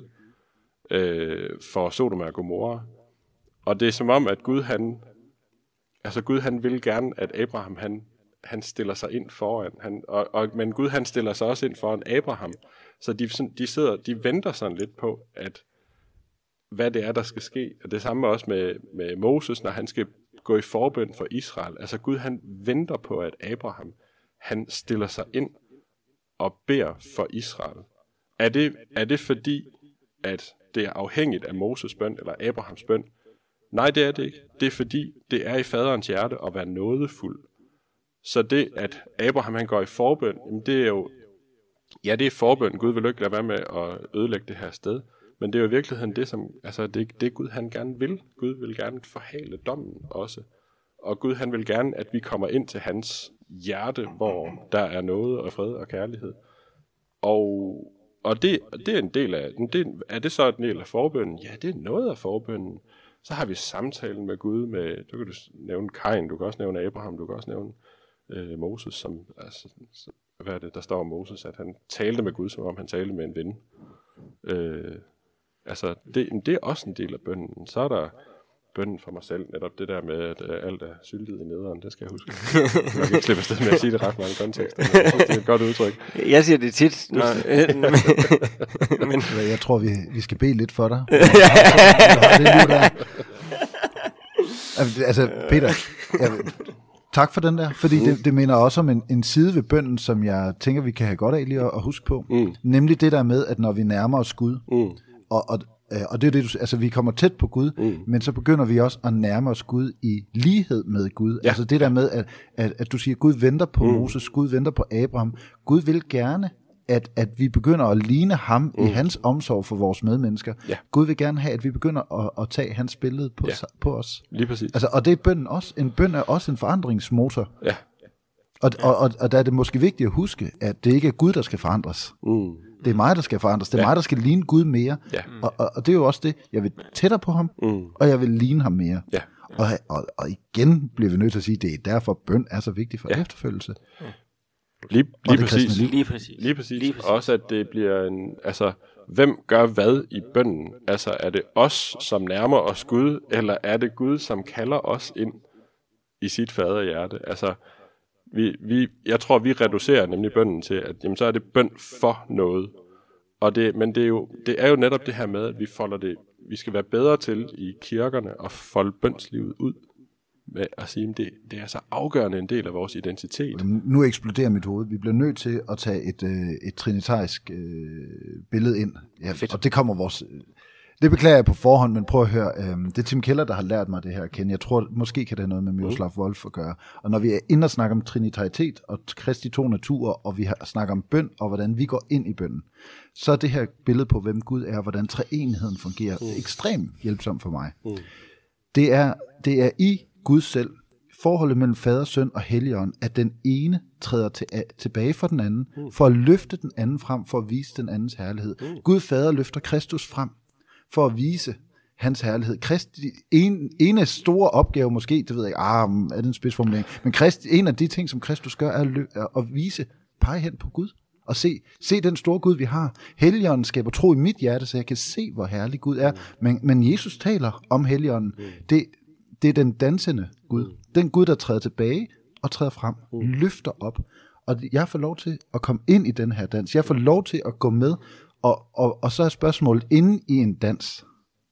Øh, for Sodoma og Gomorra. Og det er som om, at Gud han, altså Gud han vil gerne, at Abraham han, han stiller sig ind foran. Han, og, og, men Gud han stiller sig også ind foran Abraham. Så de, de sidder, de venter sådan lidt på, at hvad det er, der skal ske. Og det samme også med, med Moses, når han skal gå i forbøn for Israel. Altså Gud han venter på, at Abraham han stiller sig ind og beder for Israel. Er det, er det fordi, at det er afhængigt af Moses bøn eller Abrahams bøn? Nej, det er det ikke. Det er fordi, det er i faderens hjerte at være nådefuld. Så det, at Abraham han går i forbøn, jamen det er jo, ja, det er forbøn. Gud vil ikke lade være med at ødelægge det her sted. Men det er jo i virkeligheden det, som, altså det, det Gud han gerne vil. Gud vil gerne forhale dommen også. Og Gud han vil gerne, at vi kommer ind til hans hjerte, hvor der er noget og fred og kærlighed. Og Og det, det er en del af, det, er det så en del af forbønnen? Ja, det er noget af forbønnen. Så har vi samtalen med Gud med, du kan du nævne Kain, du kan også nævne Abraham, du kan også nævne øh, Moses, som, altså, hvad er det, der står om Moses, at han talte med Gud, som om han talte med en ven. Øh, altså, det, det er også en del af bønnen. Så er der bønnen for mig selv, netop det der med, at øh, alt er syltet i nederen, det skal jeg huske. Jeg kan ikke slippe afsted med at sige det ret mange kontekster, men jeg synes, det er et godt udtryk. Jeg siger det tit. Når, men, jeg tror, vi, vi skal bede lidt for dig. Altså, Peter, jeg, tak for den der, fordi mm. det, det minder også om en, en side ved bønnen, som jeg tænker, vi kan have godt af lige at, at huske på. Mm. Nemlig det der med, at når vi nærmer os Gud, mm. og, og Og det er det, du, altså vi kommer tæt på Gud, mm. men så begynder vi også at nærme os Gud i lighed med Gud. Ja. Altså det der med, at, at, at du siger, Gud venter på mm. Moses, Gud venter på Abraham. Gud vil gerne, at, at vi begynder at ligne ham mm. i hans omsorg for vores medmennesker. Ja. Gud vil gerne have, at vi begynder at, at tage hans billede på, Ja. på os. Lige præcis. Altså, og det er bønnen også. En bøn er også en forandringsmotor. Ja. Og, og, og, og der er det måske vigtigt at huske, at det ikke er Gud, der skal forandres. Mm. Det er mig, der skal forandres. Det er Ja. mig, der skal ligne Gud mere. Ja. Og, og, og det er jo også det. Jeg vil tættere på ham, Mm. og jeg vil ligne ham mere. Ja. Og, og, og igen bliver vi nødt til at sige, at det er derfor, bøn er så vigtig for Ja. efterfølgelse. Lige, Og lige det kristne præcis. liv. Lige præcis. Lige præcis. Lige præcis. Også at det bliver en, altså, hvem gør hvad i bønnen? Altså, er det os, som nærmer os Gud, eller er det Gud, som kalder os ind i sit faderhjerte? Altså, vi, vi, jeg tror, vi reducerer nemlig bønnen til, at jamen, så er det bøn for noget. Og det, men det er, jo, det er jo netop det her med, at vi folder det, vi skal være bedre til i kirkerne at folde bønslivet ud med at sige, at det, det er så afgørende en del af vores identitet. Nu eksploderer mit hoved. Vi bliver nødt til at tage et, øh, et trinitarisk øh, billede ind. Ja, og det kommer vores... Det beklager jeg på forhånd, men prøv at høre. Øh, det er Tim Keller, der har lært mig det her at kende. Jeg tror, måske kan det have noget med Miroslav Wolf at gøre. Og når vi er inde og snakker om trinitaritet og Kristi to naturer, og vi har snakker om bøn, og hvordan vi går ind i bønnen, så er det her billede på, hvem Gud er, og hvordan treenigheden fungerer, mm. ekstremt hjælpsomt for mig. Mm. Det er, det er i Gud selv, forholdet mellem fader, søn og helligånd, at den ene træder til, tilbage for den anden, mm. for at løfte den anden frem, for at vise den andens herlighed. Mm. Gud fader løfter Kristus frem, for at vise hans herlighed. Kristi, en, en af store opgaver måske, det ved jeg ikke, ah, er det en spidsformulering, men Kristi, en af de ting, som Kristus gør, er at, lø, er at vise, pege hen på Gud, og se, se den store Gud, vi har. Helligånden skaber tro i mit hjerte, så jeg kan se, hvor herlig Gud er. Men, men Jesus taler om Helligånden. Det, det er den dansende Gud. Den Gud, der træder tilbage og træder frem, løfter op. Og jeg får lov til at komme ind i den her dans. Jeg får lov til at gå med, og, og, og så er spørgsmålet, inde i en dans,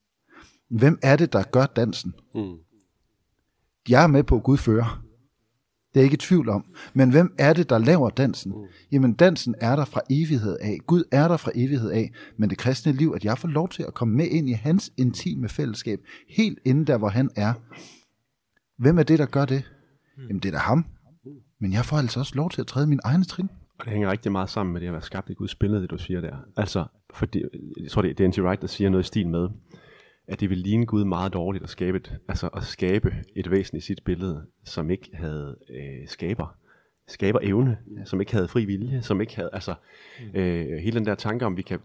hvem er det, der gør dansen? Mm. Jeg er med på, at Gud fører. Det er jeg ikke i tvivl om. Men hvem er det, der laver dansen? Mm. Jamen, dansen er der fra evighed af. Gud er der fra evighed af. Men det kristne liv, at jeg får lov til at komme med ind i hans intime fællesskab, helt inde der, hvor han er. Hvem er det, der gør det? Mm. Jamen, det er da ham. Men jeg får altså også lov til at træde min egen trin. Og det hænger rigtig meget sammen med det at være skabt i Guds billede, det du siger der. Altså, fordi, jeg tror, det er N T Wright, der siger noget i stil med, at det vil ligne Gud meget dårligt at skabe et, altså at skabe et væsen i sit billede, som ikke havde øh, skaber, skaber evne, ja. Som ikke havde fri vilje, som ikke havde, altså øh, hele den der tanke om, vi kan,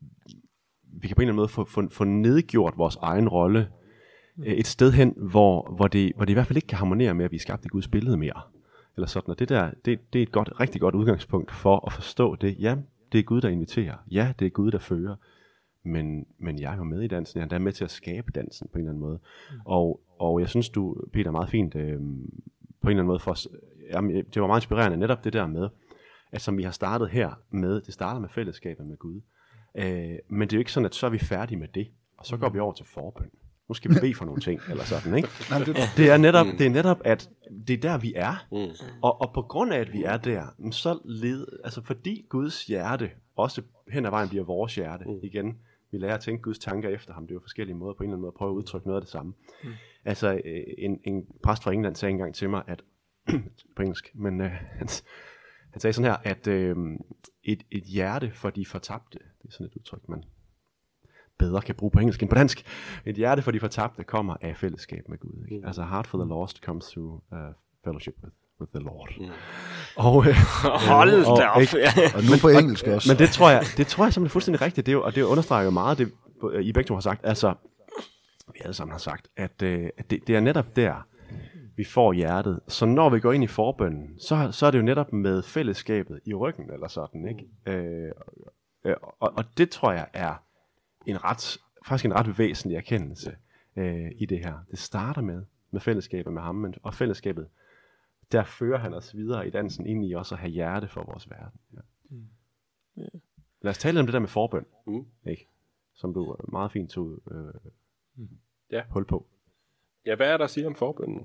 vi kan på en eller anden måde få, få, få nedgjort vores egen rolle øh, et sted hen, hvor, hvor, det, hvor det i hvert fald ikke kan harmonere med, at vi er skabt i Guds billede mere. Eller sådan, og det der, det, det er et godt, rigtig godt udgangspunkt for at forstå det. Ja, det er Gud, der inviterer. Ja, det er Gud, der fører. Men, men jeg er jo med i dansen. Jeg er med til at skabe dansen på en eller anden måde. Mm. Og, og jeg synes, du, Peter, meget fint øh, på en eller anden måde for os. Jamen, det var meget inspirerende netop det der med, at som vi har startet her med, det starter med fællesskabet med Gud. Øh, men det er jo ikke sådan, at så er vi færdige med det. Og så går vi over til forbøn. Nu skal vi bede for nogle ting, eller sådan, ikke? Det er netop, det er netop at det er der, vi er. Mm. Og, og på grund af, at vi er der, så led, altså fordi Guds hjerte også hen ad vejen bliver vores hjerte mm. igen. Vi lærer at tænke Guds tanker efter ham. Det er jo forskellige måder på en eller anden måde at prøve at udtrykke noget af det samme. Mm. Altså en, en præst fra England sagde engang til mig, at på engelsk, men øh, han, han sagde sådan her, at øh, et, et hjerte for de fortabte, det er sådan et udtryk, man bedre kan bruge på engelsk end på dansk. Et hjerte for de fortabte kommer af fællesskab med Gud. Ikke? Mm. Altså heart for the lost comes through uh, fellowship with, with the Lord. Mm. Og, øh, Hold og, da op. Og nu på engelsk også. Men det tror jeg, det tror jeg simpelthen fuldstændig rigtigt. Det er jo, og det understreger jo meget, det I begge to har sagt. Altså, vi alle sammen har sagt, at, øh, at det, det er netop der, vi får hjertet. Så når vi går ind i forbønnen, så, så er det jo netop med fællesskabet i ryggen, eller sådan, ikke? Mm. Øh, øh, og, og det tror jeg er en ret, faktisk en ret væsentlig erkendelse øh, i det her. Det starter med, med fællesskabet med ham, men, og fællesskabet, der fører han os videre i dansen ind i også at have hjerte for vores verden. Ja. Mm. Yeah. Lad os tale om det der med forbøn, mm. ikke? Som du meget fint tog øh, mm. ja. hul på. Ja, hvad er der at sige om forbønnen?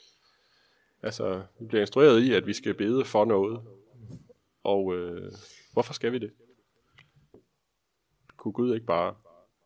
Altså, vi bliver instrueret i, at vi skal bede for noget. Og øh, hvorfor skal vi det? Kunne Gud ikke bare...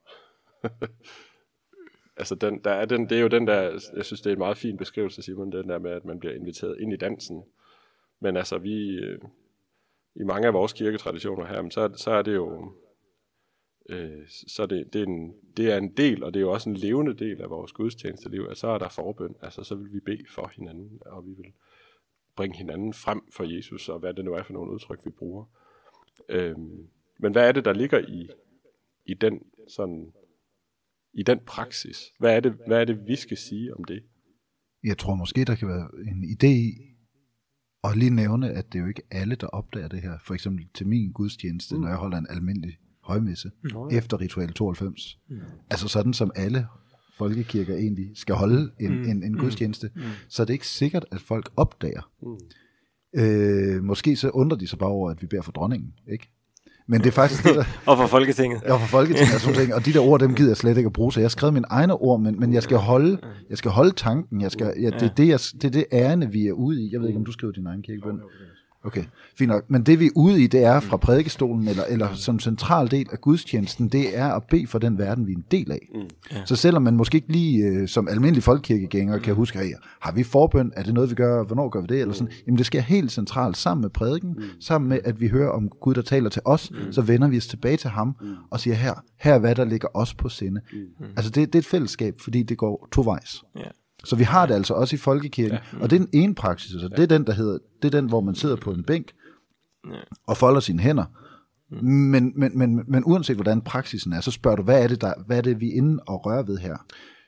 altså, den, der er den, det er jo den der... Jeg synes, det er en meget fin beskrivelse, Simon, den der med, at man bliver inviteret ind i dansen. Men altså, vi... Øh, i mange af vores kirketraditioner her, så, så er det jo øh, så er det, det, er en, det er en del, og det er jo også en levende del af vores gudstjenesteliv, at så er der forbøn, altså så vil vi bede for hinanden, og vi vil bringe hinanden frem for Jesus, og hvad det nu er for nogle udtryk, vi bruger. Øhm, men hvad er det, der ligger i, i den sådan, i den praksis? Hvad er det, hvad er det, vi skal sige om det? Jeg tror måske, der kan være en idé i, og lige nævne, at det er jo ikke alle, der opdager det her. For eksempel til min gudstjeneste, mm. når jeg holder en almindelig højmesse, mm. efter ritual tooghalvfems. Mm. Altså sådan som alle folkekirker egentlig skal holde en, mm. en, en gudstjeneste, mm. så er det ikke sikkert, at folk opdager. Mm. Øh, måske så undrer de sig bare over, at vi beder for dronningen, ikke? Men det er faktisk det, der... og for Folketinget. Og for Folketinget og sådan ting. Og de der ord, dem gider jeg slet ikke at bruge. Så jeg har skrevet mine egne ord, men, men jeg skal holde, jeg skal holde tanken. Jeg skal, ja, det, er det, jeg, det er det ærende, vi er ude i. Jeg ved ikke, om du skriver din egen kirkebøn. Okay, fint nok. Men det vi er ude i, det er fra prædikestolen, eller, eller som central del af gudstjenesten, det er at bede for den verden, vi er en del af. Mm. Ja. Så selvom man måske ikke lige øh, som almindelig folkekirkegænger kan huske, hey, har vi forbøn? Er det noget, vi gør? Hvornår gør vi det? Eller sådan. Jamen det sker helt centralt sammen med prædiken, mm. sammen med, at vi hører om Gud, der taler til os, mm. så vender vi os tilbage til ham, mm. og siger, her, her er hvad, der ligger os på sinde. Mm. Altså det, det er et fællesskab, fordi det går tovejs. Ja. Så vi har det altså også i folkekirken, ja. Og det er en ene praksis, altså det er den, der hedder, det er den, hvor man sidder på en bænk og folder sine hænder. Men, men, men, men uanset hvordan praksisen er, så spørger du, hvad er det, der, hvad er det vi er inde og rører ved her?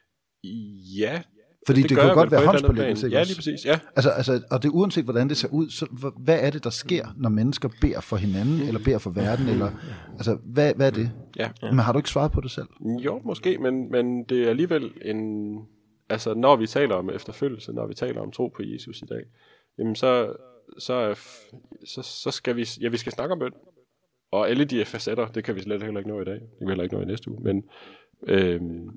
Ja. Fordi det, det kan godt være håndspålæggelse. Ja, lige præcis, ja. Altså, altså, og det er uanset hvordan det ser ud, så hvad er det, der sker, når mennesker beder for hinanden, eller beder for verden, eller, altså, hvad, hvad er det? Ja. Men har du ikke svaret på det selv? Jo, måske, men, men det er alligevel en... Altså, når vi taler om efterfølgelse, når vi taler om tro på Jesus i dag, jamen så, så, så, så skal vi, ja, vi skal snakke om bøn. Og alle de facetter, det kan vi slet heller ikke nå i dag. Det kan vi heller ikke nå i næste uge. Men, øhm,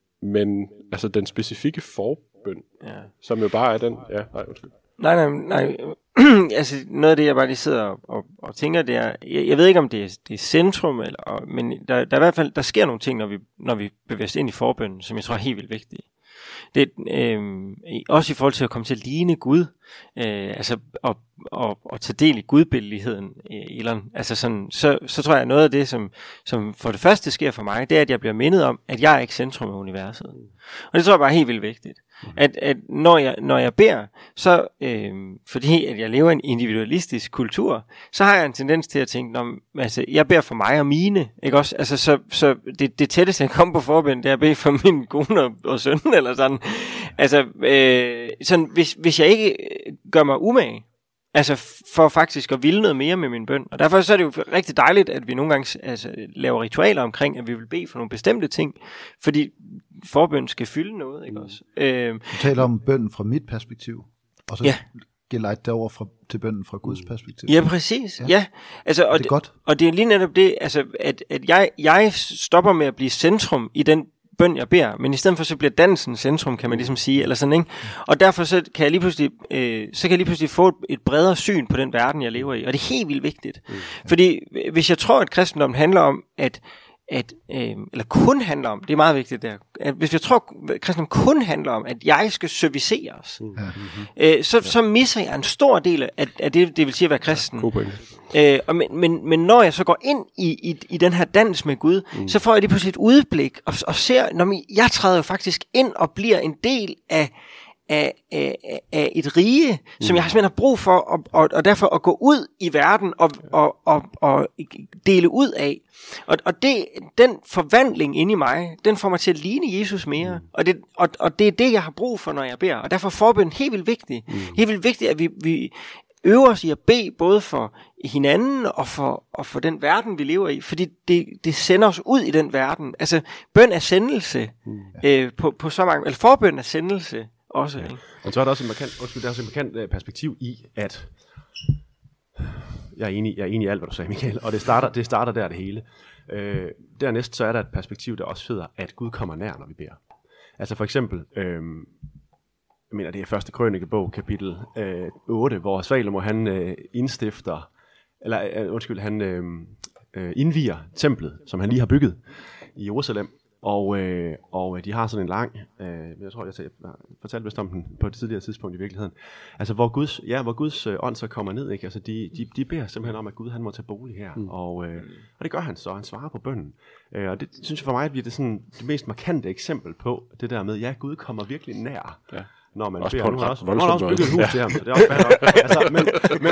men altså den specifikke forbøn, ja. Som jo bare er den... Ja, nej, undskyld. Nej, nej, nej. Altså, noget af det, jeg bare lige sidder og, og, og tænker, det er... Jeg, jeg ved ikke, om det er, det er centrum, eller, og, men der, der er i hvert fald... Der sker nogle ting, når vi, når vi bevæger os ind i forbønnen, som jeg tror er helt vildt vigtige. Det, øh, også i forhold til at komme til at ligne Gud, øh, altså og, og, og tage del i gudbilligheden, øh, Elon. Altså sådan, så, så tror jeg, at noget af det, som, som for det første sker for mig, det er, at jeg bliver mindet om, at jeg er ikke centrum af universet. Og det tror jeg bare er helt vildt vigtigt. At, at når, jeg, når jeg beder, så øh, fordi at jeg lever i en individualistisk kultur, så har jeg en tendens til at tænke, altså, jeg beder for mig og mine, ikke også? Altså, så, så det, det tætteste, jeg kommer på forbøn, det er at bede for min kone og, og søn, eller sådan. Altså, øh, sådan, hvis, hvis jeg ikke gør mig umage, altså for faktisk at ville noget mere med min bøn. Og derfor så er det jo rigtig dejligt, at vi nogle gange altså, laver ritualer omkring, at vi vil bede for nogle bestemte ting, fordi forbøn skal fylde noget, ikke også? Øh, du taler om bønnen fra mit perspektiv, og så ja. Gelejt derover fra, til bønnen fra Guds perspektiv. Ja, præcis. Ja. Ja. Altså, og, det er godt. Og det er lige netop det, altså, at, at jeg, jeg stopper med at blive centrum i den bøn, jeg beder, men i stedet for så bliver dansen centrum, kan man ligesom sige, eller sådan, ikke? Og derfor så kan jeg lige pludselig, øh, så kan jeg lige pludselig få et, et bredere syn på den verden, jeg lever i, og det er helt vildt vigtigt. Mm. Fordi hvis jeg tror, at kristendommen handler om, at at, øh, eller kun handler om, det er meget vigtigt der, at hvis jeg tror, at kristendom kun handler om, at jeg skal serviceres, mm. øh, så, så misser jeg en stor del af, af det, det vil sige at være kristen. Ja, øh, og men, men, men når jeg så går ind i, i, i den her dans med Gud, mm. så får jeg lige pludselig et udblik, og, og ser, når jeg, jeg træder jo faktisk ind og bliver en del af, Af, af, af et rige, mm. som jeg har simpelthen har brug for, og, og, og derfor at gå ud i verden og, og, og, og dele ud af. Og, og det, den forvandling inde i mig, den får mig til at ligne Jesus mere. Mm. Og, det, og, og det er det, jeg har brug for, når jeg beder. Og derfor er forbøn helt vildt vigtigt. Mm. Helt vildt vigtigt, at vi, vi øver os i at bede både for hinanden og for, og for den verden, vi lever i. Fordi det, det sender os ud i den verden. Altså, bøn er sendelse mm. øh, på, på så mange, eller forbøn er sendelse. Også, ja. Og så er der også en markant, undskyld, der er også en markant perspektiv i, at jeg er enig, jeg er enig i alt, hvad du sagde, Michael, og det starter, det starter der det hele. Øh, dernæst så er der et perspektiv, der også hedder, at Gud kommer nær, når vi beder. Altså for eksempel, øh, jeg mener, det er første krønikebog, kapitel øh, otte, hvor Salomo han øh, indstifter, eller øh, undskyld, han øh, øh, indviger templet, som han lige har bygget i Jerusalem. Og, øh, og de har sådan en lang, øh, jeg tror, jeg, jeg fortalte vist om den på et tidligere tidspunkt i virkeligheden, altså hvor Guds, ja, hvor Guds øh, ånd så kommer ned, ikke? Altså de, de, de beder simpelthen om, at Gud han må tage bolig her, mm. og, øh, og det gør han så, han svarer på bønnen. Øh, og det synes jeg for mig, at det er sådan det mest markante eksempel på det der med, ja, Gud kommer virkelig nær. Ja. Når man også beder, på nu en har også, voldsom også bygget et hus til ham, så det er også fair nok. Altså, men, men,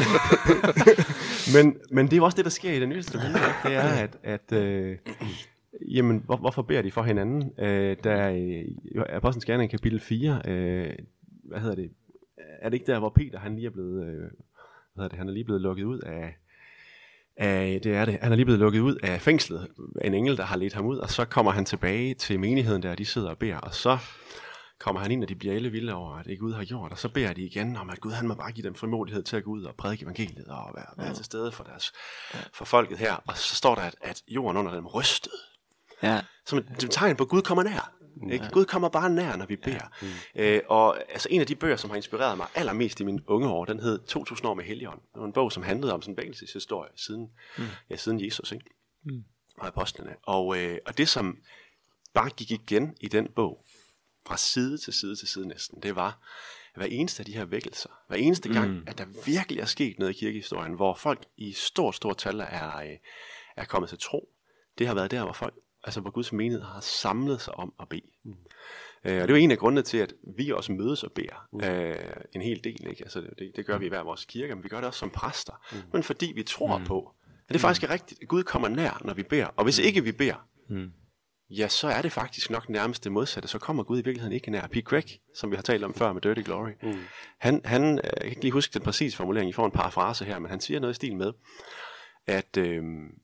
men, men det er jo også det, der sker i det nye testamente, det er, at, at øh, jamen, hvor, hvorfor beder de for hinanden? Øh, der i Apostlenes Gerninger kapitel fire, øh, hvad hedder det, er det ikke der, hvor Peter, han lige er blevet, øh, hvad hedder det, han er lige blevet lukket ud af, af, det er det, han er lige blevet lukket ud af fængslet, en engel, der har ledt ham ud, og så kommer han tilbage til menigheden der, de sidder og beder, og så kommer han ind, og de bliver alle vilde over, at det Gud har gjort, og så beder de igen om, at Gud han må bare give dem frimodighed til at gå ud og prædike evangeliet, og være, være til stede for, deres, for folket her, og så står der, at, at jorden under dem rystede. Ja. Som et, et tegn på, at Gud kommer nær. Ikke? Gud kommer bare nær, når vi beder. Ja. Mm. Øh, og altså, en af de bøger, som har inspireret mig allermest i mine unge år, den hed to tusind år med Helligånd. Det var en bog, som handlede om sådan en vækkelseshistorie siden, mm. ja, siden Jesus, ikke? Mm. Og apostlene. Og, øh, og det, som bare gik igen i den bog, fra side til side til side næsten, det var hver eneste af de her vækkelser, hver eneste gang, mm. at der virkelig er sket noget i kirkehistorien, hvor folk i stort, stort tal er, er kommet til tro. Det har været der, hvor folk, altså hvor Guds menighed har samlet sig om at bede. Mm. Øh, og det er jo en af grundene til, at vi også mødes og beder mm. øh, en hel del. Ikke? Altså, det, det gør vi i hver vores kirke, men vi gør det også som præster. Mm. Men fordi vi tror mm. på, at det faktisk er rigtigt, at Gud kommer nær, når vi beder. Og hvis mm. ikke vi beder, mm. ja, så er det faktisk nok nærmest det modsatte. Så kommer Gud i virkeligheden ikke nær. Pete Craig, som vi har talt om før med Dirty Glory, mm. han, han, jeg kan ikke lige huske den præcise formulering, I får en parafrase her, men han siger noget i stil med, at øh,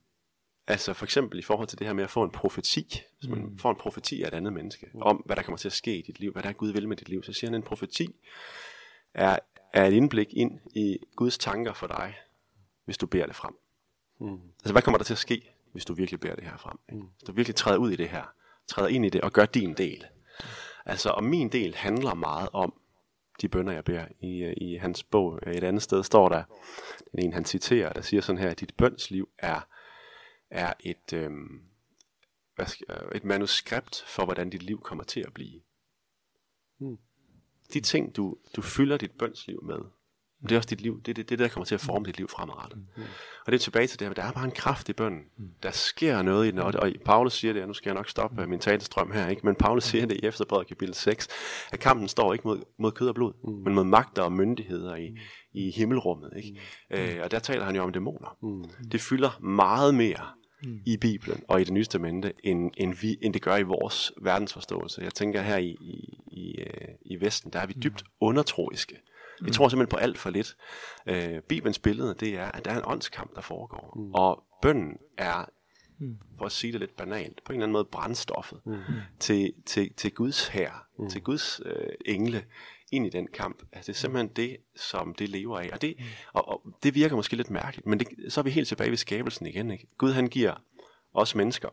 altså for eksempel i forhold til det her med at få en profeti, hvis man mm. får en profeti af et andet menneske, mm. om hvad der kommer til at ske i dit liv, hvad der er Gud vil med dit liv, så siger han, en profeti er, er et indblik ind i Guds tanker for dig, hvis du beder det frem. Mm. Altså hvad kommer der til at ske, hvis du virkelig beder det her frem? Ikke? Hvis du virkelig træder ud i det her, træder ind i det og gør din del. Altså, og min del handler meget om de bønner, jeg beder. I, i hans bog, et andet sted, står der, den en han citerer, der siger sådan her, at dit bønsliv er, er et, øhm, hvad skal, et manuskript for, hvordan dit liv kommer til at blive. Hmm. De ting, du, du fylder dit bønsliv med, det er også dit liv, det er det, det, der kommer til at forme dit liv fremadrettet. Mm. Og det er tilbage til det her, der er bare en kraft i bønnen. Mm. Der sker noget i den, og, og Paulus siger det, og nu skal jeg nok stoppe min talestrøm her, ikke? Men Paulus siger det i Efterbrevet kapitel seks, at kampen står ikke mod, mod kød og blod, mm. men mod magter og myndigheder i, mm. i himmelrummet. Ikke? Mm. Øh, og der taler han jo om dæmoner. Mm. Det fylder meget mere mm. i Bibelen og i det nye testamente, end, end, vi, end det gør i vores verdensforståelse. Jeg tænker her i, i, i, i Vesten, der er vi dybt undertroiske. Vi mm. tror simpelthen på alt for lidt. Øh, Bibelens billede, det er, at der er en åndskamp, der foregår. Mm. Og bønnen er, mm. for at sige det lidt banalt, på en eller anden måde brændstoffet mm. til, til, til Guds hær, mm. til Guds øh, engle ind i den kamp. Altså, det er simpelthen det, som det lever af. Og det, mm. og, og det virker måske lidt mærkeligt, men det, så er vi helt tilbage ved skabelsen igen. Ikke? Gud, han giver os mennesker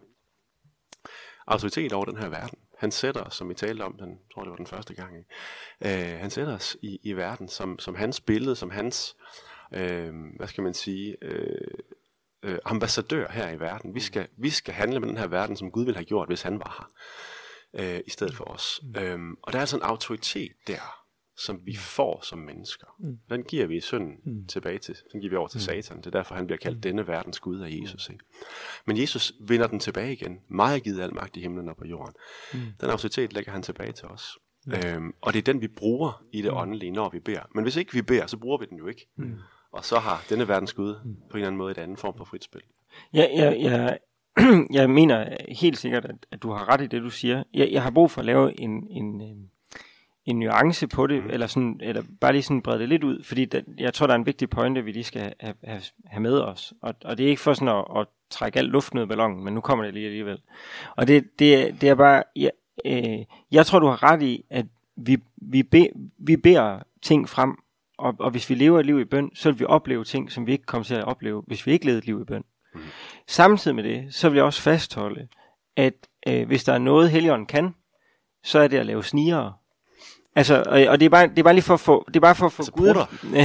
autoritet over den her verden. Han sætter os, som vi talte om, den, tror det var den første gang, øh, han sætter os i, i verden som, som hans billede, som hans, øh, hvad skal man sige, øh, øh, ambassadør her i verden. Vi skal, vi skal handle med den her verden, som Gud ville have gjort, hvis han var her, øh, i stedet for os. Mm. Øhm, og der er altså en autoritet der, som vi får som mennesker. Mm. Den giver vi i synden mm. tilbage til. Den giver vi over til mm. Satan. Det er derfor, han bliver kaldt mm. denne verdens Gud af Jesus. Ikke? Men Jesus vinder den tilbage igen. Mig har givet al magt i himlen og på jorden. Mm. Den autoritet lægger han tilbage til os. Mm. Øhm, og det er den, vi bruger i det åndelige, når vi beder. Men hvis ikke vi beder, så bruger vi den jo ikke. Mm. Og så har denne verdens Gud mm. på en eller anden måde et andet form for frit spil. Ja, ja, ja. Jeg mener helt sikkert, at, at du har ret i det, du siger. Jeg, jeg har brug for at lave en... en en nuance på det, mm. eller, sådan, eller bare lige sådan brede det lidt ud, fordi der, jeg tror, der er en vigtig pointe, vi lige skal have, have, have med os. Og, og det er ikke for sådan at, at trække alt luften ud af ballonen, men nu kommer det lige alligevel. Og det, det, det er bare, jeg, øh, jeg tror, du har ret i, at vi, vi, be, vi beder ting frem, og, og hvis vi lever et liv i bøn, så vil vi opleve ting, som vi ikke kommer til at opleve, hvis vi ikke levede et liv i bøn. Mm. Samtidig med det, så vil jeg også fastholde, at øh, hvis der er noget Helligånden kan, så er det at lave snigere. Altså, og, og det er bare det er bare lige for at få det er bare for at få altså, Gud.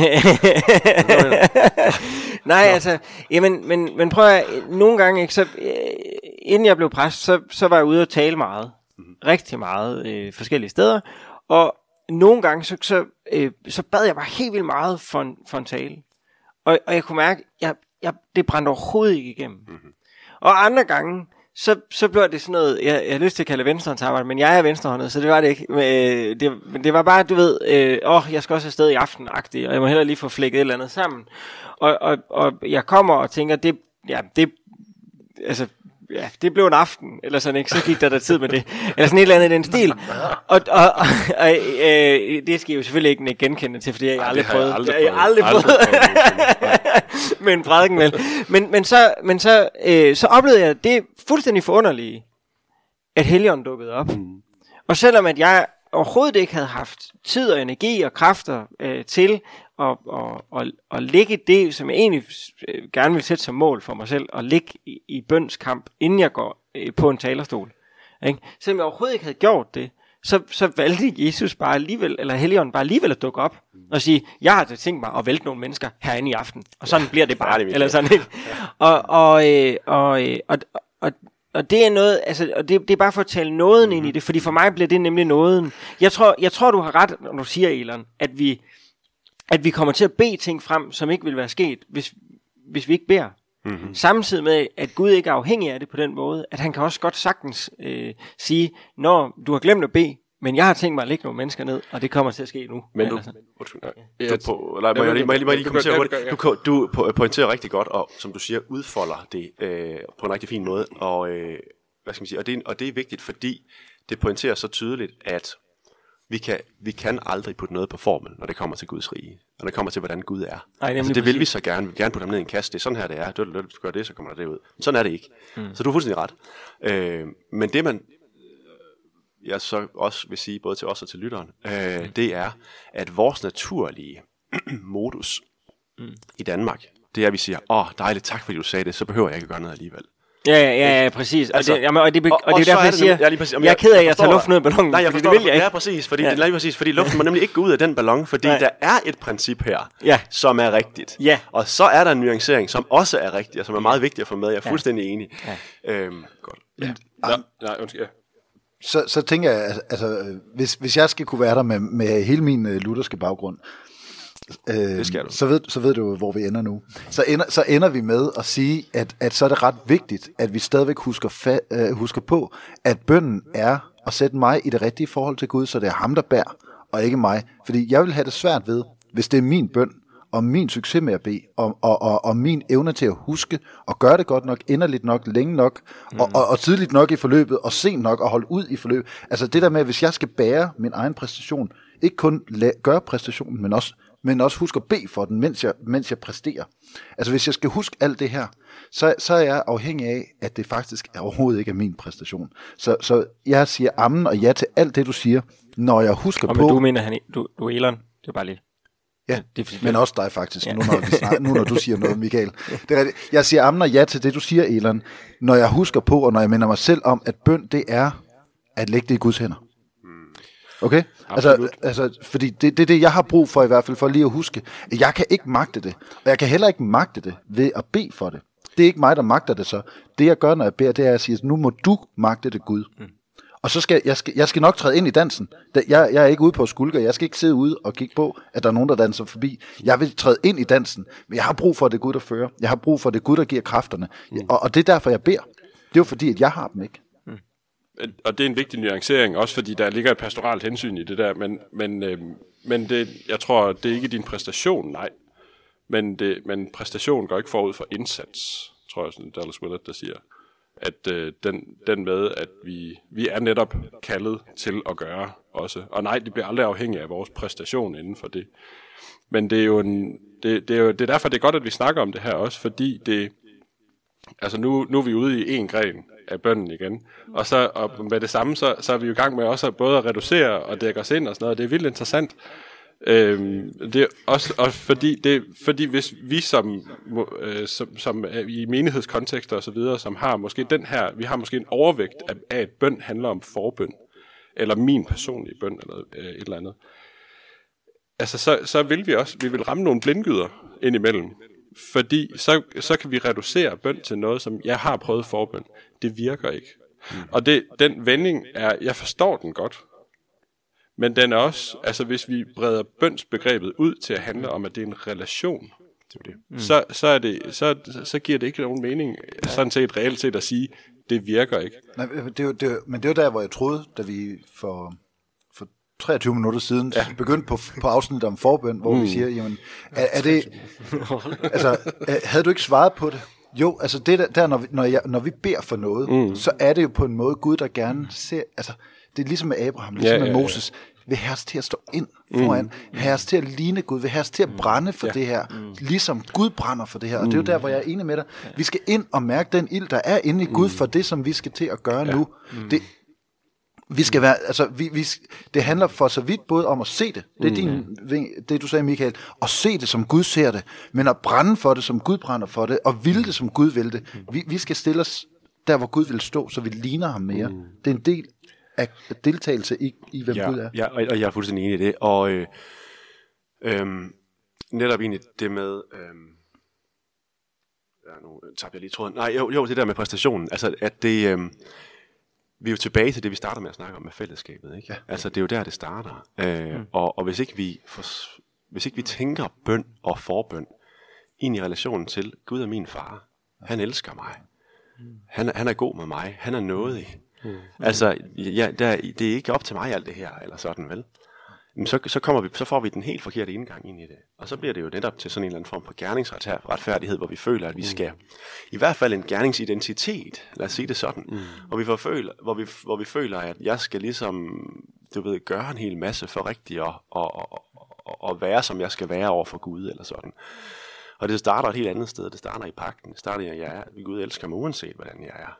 Nej, altså, jamen, men men prøv at nogle gange ikke så øh, inden jeg blev præst, så så var jeg ude og tale meget, mm-hmm. rigtig meget øh, forskellige steder, og nogle gange så så øh, så bad jeg bare helt vildt meget for en for en tale, og og jeg kunne mærke, jeg jeg det brændte overhovedet ikke igennem, mm-hmm. og andre gange Så, så blev det sådan noget, jeg, jeg har lyst til at kalde det venstrehåndsarbejde, men jeg er venstrehåndet, så det var det ikke. Men, øh, det, men det var bare, du ved, øh, åh, jeg skal også afsted i aften-agtigt, og jeg må heller lige få flækket et eller andet sammen. Og, og, og jeg kommer og tænker, det, ja, det, altså, ja, det blev en aften, eller sådan, ikke? Så gik der der tid med det. Eller sådan et eller andet i den stil. Og, og, og, og øh, det skal jeg jo selvfølgelig ikke genkende til, fordi jeg har aldrig prøvet. Jeg har aldrig prøvet. Med en prædiken vel. Men, men, så, men så, øh, så oplevede jeg det fuldstændig forunderlige, at Helligånden dukkede op. Mm. Og selvom at jeg overhovedet ikke havde haft tid og energi og kræfter øh, til at, og, og, og ligge det, som jeg egentlig øh, gerne vil sætte som mål for mig selv, og ligge i, i bønskamp, inden jeg går øh, på en talerstol. Ikke? Selvom jeg overhovedet ikke havde gjort det, så, så valgte Jesus bare alligevel, eller Helligånden bare alligevel at dukke op og sige, jeg har tænkt mig at vælte nogle mennesker herinde i aften, og sådan bliver det bare, eller sådan ikke. Og, og, øh, og, øh, og, og, og det er noget, altså, og det, det er bare for at tale nåden ind i det, fordi for mig bliver det nemlig nåden. Jeg tror, jeg tror du har ret, når du siger, Elon, at vi, at vi kommer til at bede ting frem, som ikke vil være sket, hvis, hvis vi ikke beder. Mm-hmm. Samtidig med, at Gud ikke er afhængig af det på den måde, at han kan også godt sagtens øh, sige, når du har glemt at bede, men jeg har tænkt mig at lægge nogle mennesker ned, og det kommer til at ske nu. Men du, må jeg lige kommentere hurtigt. Du, du pointerer rigtig godt, og som du siger, udfolder det øh, på en rigtig fin måde, og, øh, hvad skal man sige, og, det, og det er vigtigt, fordi det pointerer så tydeligt, at vi kan, vi kan aldrig putte noget på formel, når det kommer til Guds rige, når det kommer til, hvordan Gud er. Ej, altså, det vil vi så gerne. Vi vil gerne putte ham ned i en kasse. Det er sådan her, det er. Du, du, du gør det, så kommer der det ud. Sådan er det ikke. Mm. Så du har fuldstændig ret. Øh, men det, man jeg så også vil sige, både til os og til lytteren, øh, mm. det er, at vores naturlige modus mm. i Danmark, det er, at vi siger, åh, dejligt, tak fordi du sagde det, så behøver jeg ikke gøre noget alligevel. Ja, ja, ja, ja, præcis. Og, altså, det, jamen, og, det, og, og det er derfor, jeg siger, jeg, præcis, jeg, jeg er ked af, at jeg tager luften ud af ballonen. Nej, jeg forstår, det vil jeg ikke. Ja, præcis, fordi, ja. Det, præcis, fordi luften må nemlig ikke gå ud af den ballon, fordi Nej. Der er et princip her, ja. Som er rigtigt. Ja. Og så er der en nuancering, som også er rigtig, og som er meget vigtig at få med. Jeg er fuldstændig enig. Ja. Øhm, godt. Ja. Ja. Nej, undskyld. Ja. Så, så tænker jeg, altså, hvis, hvis jeg skal kunne være der med, med hele min uh, lutherske baggrund, øh, så, ved, så ved du, hvor vi ender nu. Så ender, så ender vi med at sige, at, at så er det ret vigtigt, at vi stadigvæk husker, fa- uh, husker på, at bønnen er at sætte mig i det rigtige forhold til Gud, så det er ham, der bærer, og ikke mig. Fordi jeg vil have det svært ved, hvis det er min bøn, og min succes med at bede, og, og, og, og min evne til at huske, og gøre det godt nok, inderligt nok, længe nok, mm. og, og, og tidligt nok i forløbet, og sent nok, og holde ud i forløbet. Altså det der med, hvis jeg skal bære min egen præstation, ikke kun la- gøre præstationen, men også, men også huske at bede for den, mens jeg, mens jeg præsterer. Altså hvis jeg skal huske alt det her, så, så er jeg afhængig af, at det faktisk overhovedet ikke er min præstation. Så, så jeg siger amen og ja til alt det, du siger, når jeg husker og på... Men du mener, han, du, du er Elon, det er bare lidt... Ja, det er, men også dig faktisk, ja. nu, når vi snakker, nu når du siger noget, Michael. Det er, jeg siger amen og ja til det, du siger, Elon, når jeg husker på, og når jeg minder mig selv om, at bøn, det er at lægge det i Guds hænder. Okay? Altså, altså, fordi det er det, det, jeg har brug for i hvert fald, for lige at huske, at jeg kan ikke magte det, og jeg kan heller ikke magte det ved at bede for det. Det er ikke mig, der magter det så. Det jeg gør, når jeg beder, det er at sige, at nu må du magte det, Gud. Mm. Og så skal jeg, skal jeg skal nok træde ind i dansen. Jeg, jeg er ikke ude på skulker. Jeg skal ikke sidde ude og kigge på, at der er nogen, der danser forbi. Jeg vil træde ind i dansen, men jeg har brug for, at det er Gud, der fører. Jeg har brug for, at det er Gud, der giver kræfterne. Mm. Og, og det er derfor, jeg beder. Det er jo fordi, at jeg har dem ikke. Mm. Og det er en vigtig nuancering, også fordi der ligger et pastoralt hensyn i det der. Men, men, øh, men det, jeg tror, det er ikke din præstation, nej. Men, det, men præstation går ikke forud for indsats, tror jeg, sådan Dallas Willard, der siger. At øh, den, den med, at vi, vi er netop kaldet til at gøre også. Og nej, det bliver aldrig afhængigt af vores præstation inden for det. Men det er jo en, det, det er jo det er derfor, det er godt, at vi snakker om det her også, fordi det, altså nu, nu er vi ude i en gren af bønnen igen. Og så og med det samme, så, så er vi jo i gang med også både at reducere og dække os ind og sådan noget. Det er vildt interessant. Øhm, det er også, også fordi det fordi hvis vi som øh, som, som i menighedskontekster og så videre, som har måske den her, vi har måske en overvægt af, af at bøn handler om forbøn, eller min personlige bøn, eller øh, et eller andet, altså så, så vil vi også, vi vil ramme nogle blindgyder ind imellem, fordi så, så kan vi reducere bøn til noget, som jeg har prøvet forbøn. Det virker ikke. Mm. Og det, den vending er, jeg forstår den godt, men den er også, altså hvis vi breder bønsbegrebet ud til at handle om, at det er en relation, det. Mm. Så, så, er det, så, så giver det ikke nogen mening, sådan set reelt set at sige, det virker ikke. Nej, det er jo, det er, men det er jo der, hvor jeg troede, da vi for, for treogtyve minutter siden ja. begyndte på, på afsnittet om forbøn, hvor mm. vi siger, jamen, er, er det, altså, havde du ikke svaret på det? Jo, altså det der, der når, vi, når, jeg, når vi beder for noget, mm. så er det jo på en måde Gud, der gerne ser, altså det er ligesom med Abraham, ligesom ja, med Moses, ja, ja. vil have os til at stå ind foran, mm. have os til at ligne Gud, vil have os til at brænde for ja. det her, mm. ligesom Gud brænder for det her, og det er jo der, hvor jeg er enig med dig. Vi skal ind og mærke den ild, der er inde i Gud, for det, som vi skal til at gøre ja. nu. Mm. Det, vi skal være, altså, vi, vi, det handler for så vidt både om at se det, det er din, det du sagde, Michael, at se det, som Gud ser det, men at brænde for det, som Gud brænder for det, og ville det, som Gud vil det. Vi, vi skal stille os der, hvor Gud vil stå, så vi ligner ham mere. Mm. Det er en del af deltagelse i, i hvem ja, Gud er. Ja, og, og jeg er fuldstændig enig i det. Og øh, øh, netop egentlig det med... Øh, ja, nu tabte jeg lige tråden. Nej, jo, jo, det der med præstationen. Altså, at det... Øh, vi er jo tilbage til det, vi starter med at snakke om med fællesskabet, ikke? Ja. Altså, det er jo der, det starter. Øh, mm. og, og hvis ikke vi for, hvis ikke vi tænker bøn og forbøn ind i relationen til Gud er min far, han elsker mig, mm. han, han er god med mig, han er nådig. Mm. Altså, ja, der, det er ikke op til mig alt det her, eller sådan, vel? Men så, så, kommer vi, så får vi den helt forkerte indgang ind i det. Og så bliver det jo netop til sådan en eller anden form for gerningsretfærdighed, hvor vi føler, at vi skal, i hvert fald en gerningsidentitet, lad os sige det sådan, mm. hvor, vi føler, hvor, vi, hvor vi føler, at jeg skal ligesom, du ved, gøre en hel masse for rigtigt at, og, og, og, og være, som jeg skal være over for Gud, eller sådan. Og det starter et helt andet sted. Det starter i pagten. Det starter i, at jeg er, at Gud elsker mig, uanset hvordan jeg er.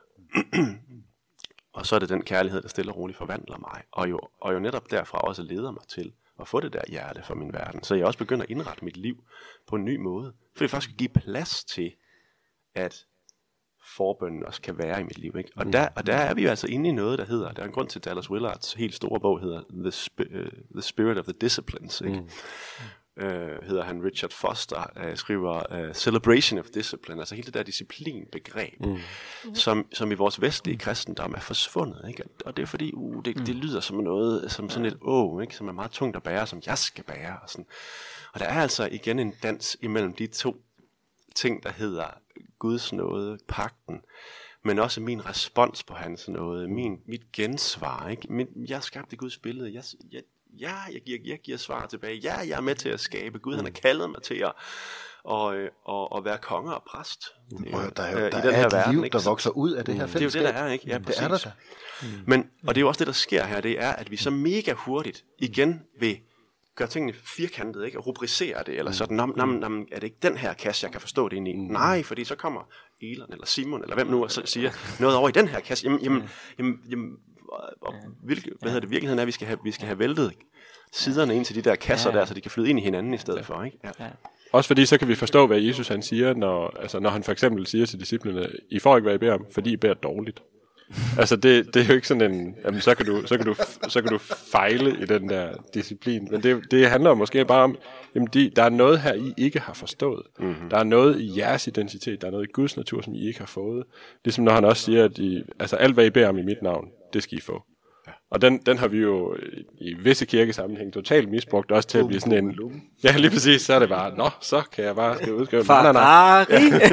Og så er det den kærlighed, der stille og roligt forvandler mig. Og jo, og jo netop derfra også leder mig til at få det der hjerte for min verden. Så jeg også begynder at indrette mit liv på en ny måde. For det faktisk skal give plads til, at forbønnen også kan være i mit liv. Ikke? Og, der, og der er vi jo altså inde i noget, der hedder, der er en grund til Dallas Willards helt store bog, hedder The, Sp- uh, The Spirit of the Disciplines. Ikke? Mm. Uh, hedder han Richard Foster, uh, skriver uh, Celebration of Discipline, altså hele det der disciplinbegreb, mm. som, som i vores vestlige kristendom er forsvundet, ikke? Og det er fordi, uh, det, det lyder som noget, som sådan et åh, ikke? Som er meget tungt at bære, som jeg skal bære, og sådan. Og der er altså igen en dans imellem de to ting, der hedder Guds nåde, pagten, men også min respons på hans nåde, min, mit gensvar, ikke? Min, jeg skabte Guds billede, jeg, jeg Ja, jeg giver, jeg giver svar tilbage. Ja, jeg er med til at skabe. Gud, han har kaldet mig til at og, og, og være konge og præst. Prøv, der er jo der i den er her et verden, liv, ikke? Der vokser ud af det her fællesskab. Det er jo det, der er, ikke? Ja, det er der da. Mm. Men, og det er jo også det, der sker her, det er, at vi så mega hurtigt igen vil gøre tingene firkantet, ikke? Og rubricere det, eller sådan, nam, nam, nam, er det ikke den her kasse, jeg kan forstå det ind i? Mm. Nej, fordi så kommer Elon, eller Simon, eller hvem nu, og så siger noget over i den her kasse. Jamen, jamen, jamen, jamen og hvilke, hvad hedder det, virkeligheden er, at vi skal have, vi skal have væltet siderne ind til de der kasser ja, ja. der, så de kan flyde ind i hinanden i stedet for, ikke? Ja. Ja. Også fordi så kan vi forstå, hvad Jesus han siger, når, altså, når han for eksempel siger til disciplene, I får ikke, hvad I beder om, fordi I beder dårligt. Altså det, det er jo ikke sådan en, jamen, så kan du, så kan du, så kan du fejle i den der disciplin, men det, det handler måske bare om, jamen de, der er noget her, I ikke har forstået. Mm-hmm. Der er noget i jeres identitet, der er noget i Guds natur, som I ikke har fået. Ligesom når han også siger, at I, altså alt, hvad I beder om i mit navn, det skal I få. Og den, den har vi jo i visse kirkesammenhæng totalt misbrugt også til at blive sådan en... Ja, lige præcis, så er det bare, nå, så kan jeg bare skal udskrive... Ferrari!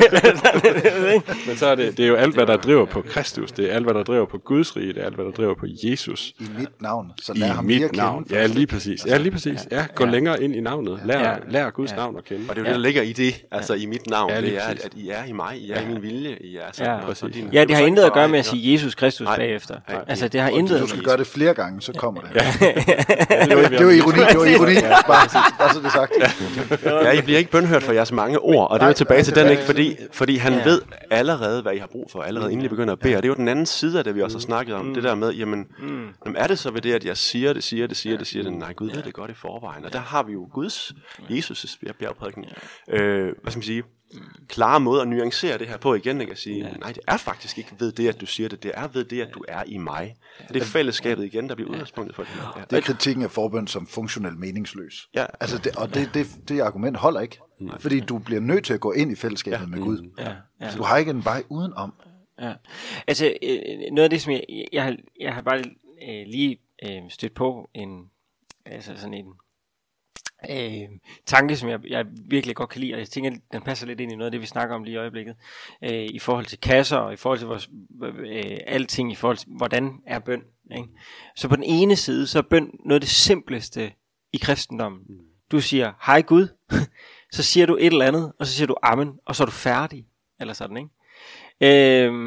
Men så er det, det er jo alt, hvad der driver på Kristus, det er alt, hvad der driver på Guds rige, det er alt, hvad der driver på Jesus. I mit navn, så lær I ham mit navn, ja, lige præcis. Ja, lige præcis. Ja, gå ja. længere ind i navnet. Lær, ja. lær Guds ja. navn at kende. Og det er jo det, der ligger i det, altså i mit navn, ja, det er, at, at I er i mig, I er ja. i min vilje, I er sådan, ja. og så din... Ja, det har intet at gøre med at sige Jesus Kristus bagefter. Altså, det har intet... Du skal gøre det flere gange, så kommer det. Ja. det, var, det var ironi, det var ironi. Ja. Bare, bare så det sagt. Ja, I bliver ikke bønhørt for jeres mange ord, og det er jo tilbage til den, ikke, fordi, fordi han ja. ved allerede, hvad I har brug for, allerede inden I begynder at bede. Og det er jo den anden side af det, vi også har snakket om, mm. det der med, jamen, mm. jamen, er det så ved det, at jeg siger det, siger det, siger det, siger det, nej, Gud ved det godt i forvejen. Og der har vi jo Guds, Jesus' bjergprædiken, øh, hvad skal man sige, klare måde at nuancere det her på igen, ikke? At sige, ja. nej, det er faktisk ikke ved det, at du siger det, det er ved det, at du er i mig. Ja. Det er fællesskabet igen, der bliver udgangspunktet for det her. Ja. Det er kritikken af forbøn som funktionelt meningsløs. Ja. Altså det, og det, det, det argument holder ikke, nej. Fordi du bliver nødt til at gå ind i fællesskabet ja. med Gud. Ja. Ja. Så du har ikke en vej udenom. Ja. Altså noget af det, som jeg, jeg, har, jeg har bare øh, lige øh, stødt på en, altså sådan en Øh, tanke, som jeg, jeg virkelig godt kan lide, og jeg tænker, den passer lidt ind i noget af det, vi snakker om lige i øjeblikket, øh, i forhold til kasser, og i forhold til vores, øh, alting, i forhold til, hvordan er bøn, ikke? Så på den ene side, så er bøn noget af det simpleste i kristendommen. Du siger, hej Gud, så siger du et eller andet, og så siger du amen, og så er du færdig, eller sådan, ikke? Øh,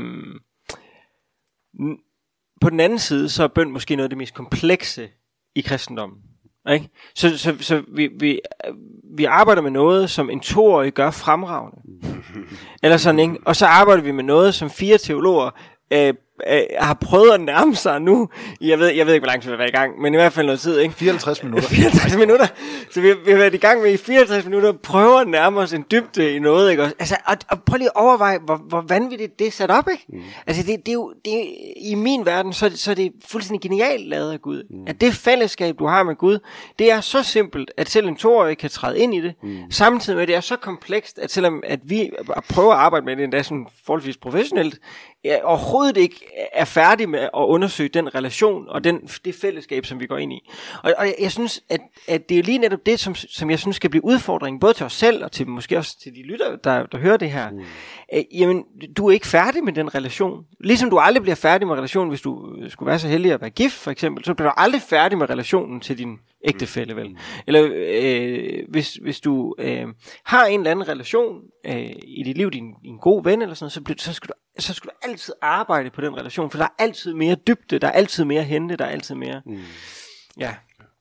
på den anden side, så er bøn måske noget af det mest komplekse i kristendommen. Ikke? Så, så, så vi, vi, vi arbejder med noget, som en toårig gør fremragende. Eller sådan, ikke? Og så arbejder vi med noget, som fire teologer øh, øh, har prøvet at nærme sig nu. Jeg ved, jeg ved ikke, hvor lang tid vi har været i gang, men i hvert fald noget tid. Ikke? fireoghalvtreds minutter. fireoghalvtreds minutter. Så vi, vi har været i gang med i fireoghalvtreds minutter, prøver at nærme os en dybde i noget. Ikke? Altså, og, og prøv lige at overveje, hvor, hvor vanvittigt det er sat op. Ikke? Mm. Altså, det, det er jo, det er, i min verden, så, så er det fuldstændig genialt lavet af Gud. Mm. At det fællesskab, du har med Gud, det er så simpelt, at selv en toårig kan træde ind i det. Mm. Samtidig med, at det er så komplekst, at selvom at vi prøver at arbejde med det endda sådan forholdsvis professionelt, jeg overhovedet ikke er færdig med at undersøge den relation og den, det fællesskab, som vi går ind i. Og, og jeg synes, at, at det er lige netop det, som, som jeg synes skal blive udfordringen, både til os selv og til måske også til de lyttere, der, der hører det her. Mm. Æ, jamen, du er ikke færdig med den relation. Ligesom du aldrig bliver færdig med relationen, hvis du skulle være så heldig at være gift, for eksempel, så bliver du aldrig færdig med relationen til din ægtefælle, vel? Eller øh, hvis, hvis du øh, har en eller anden relation øh, i dit liv, din, din gode ven eller sådan noget, så, bliver, så, skal du, så skal du altid arbejde på den relation, for der er altid mere dybde, der er altid mere hente, der er altid mere. Mm. Ja.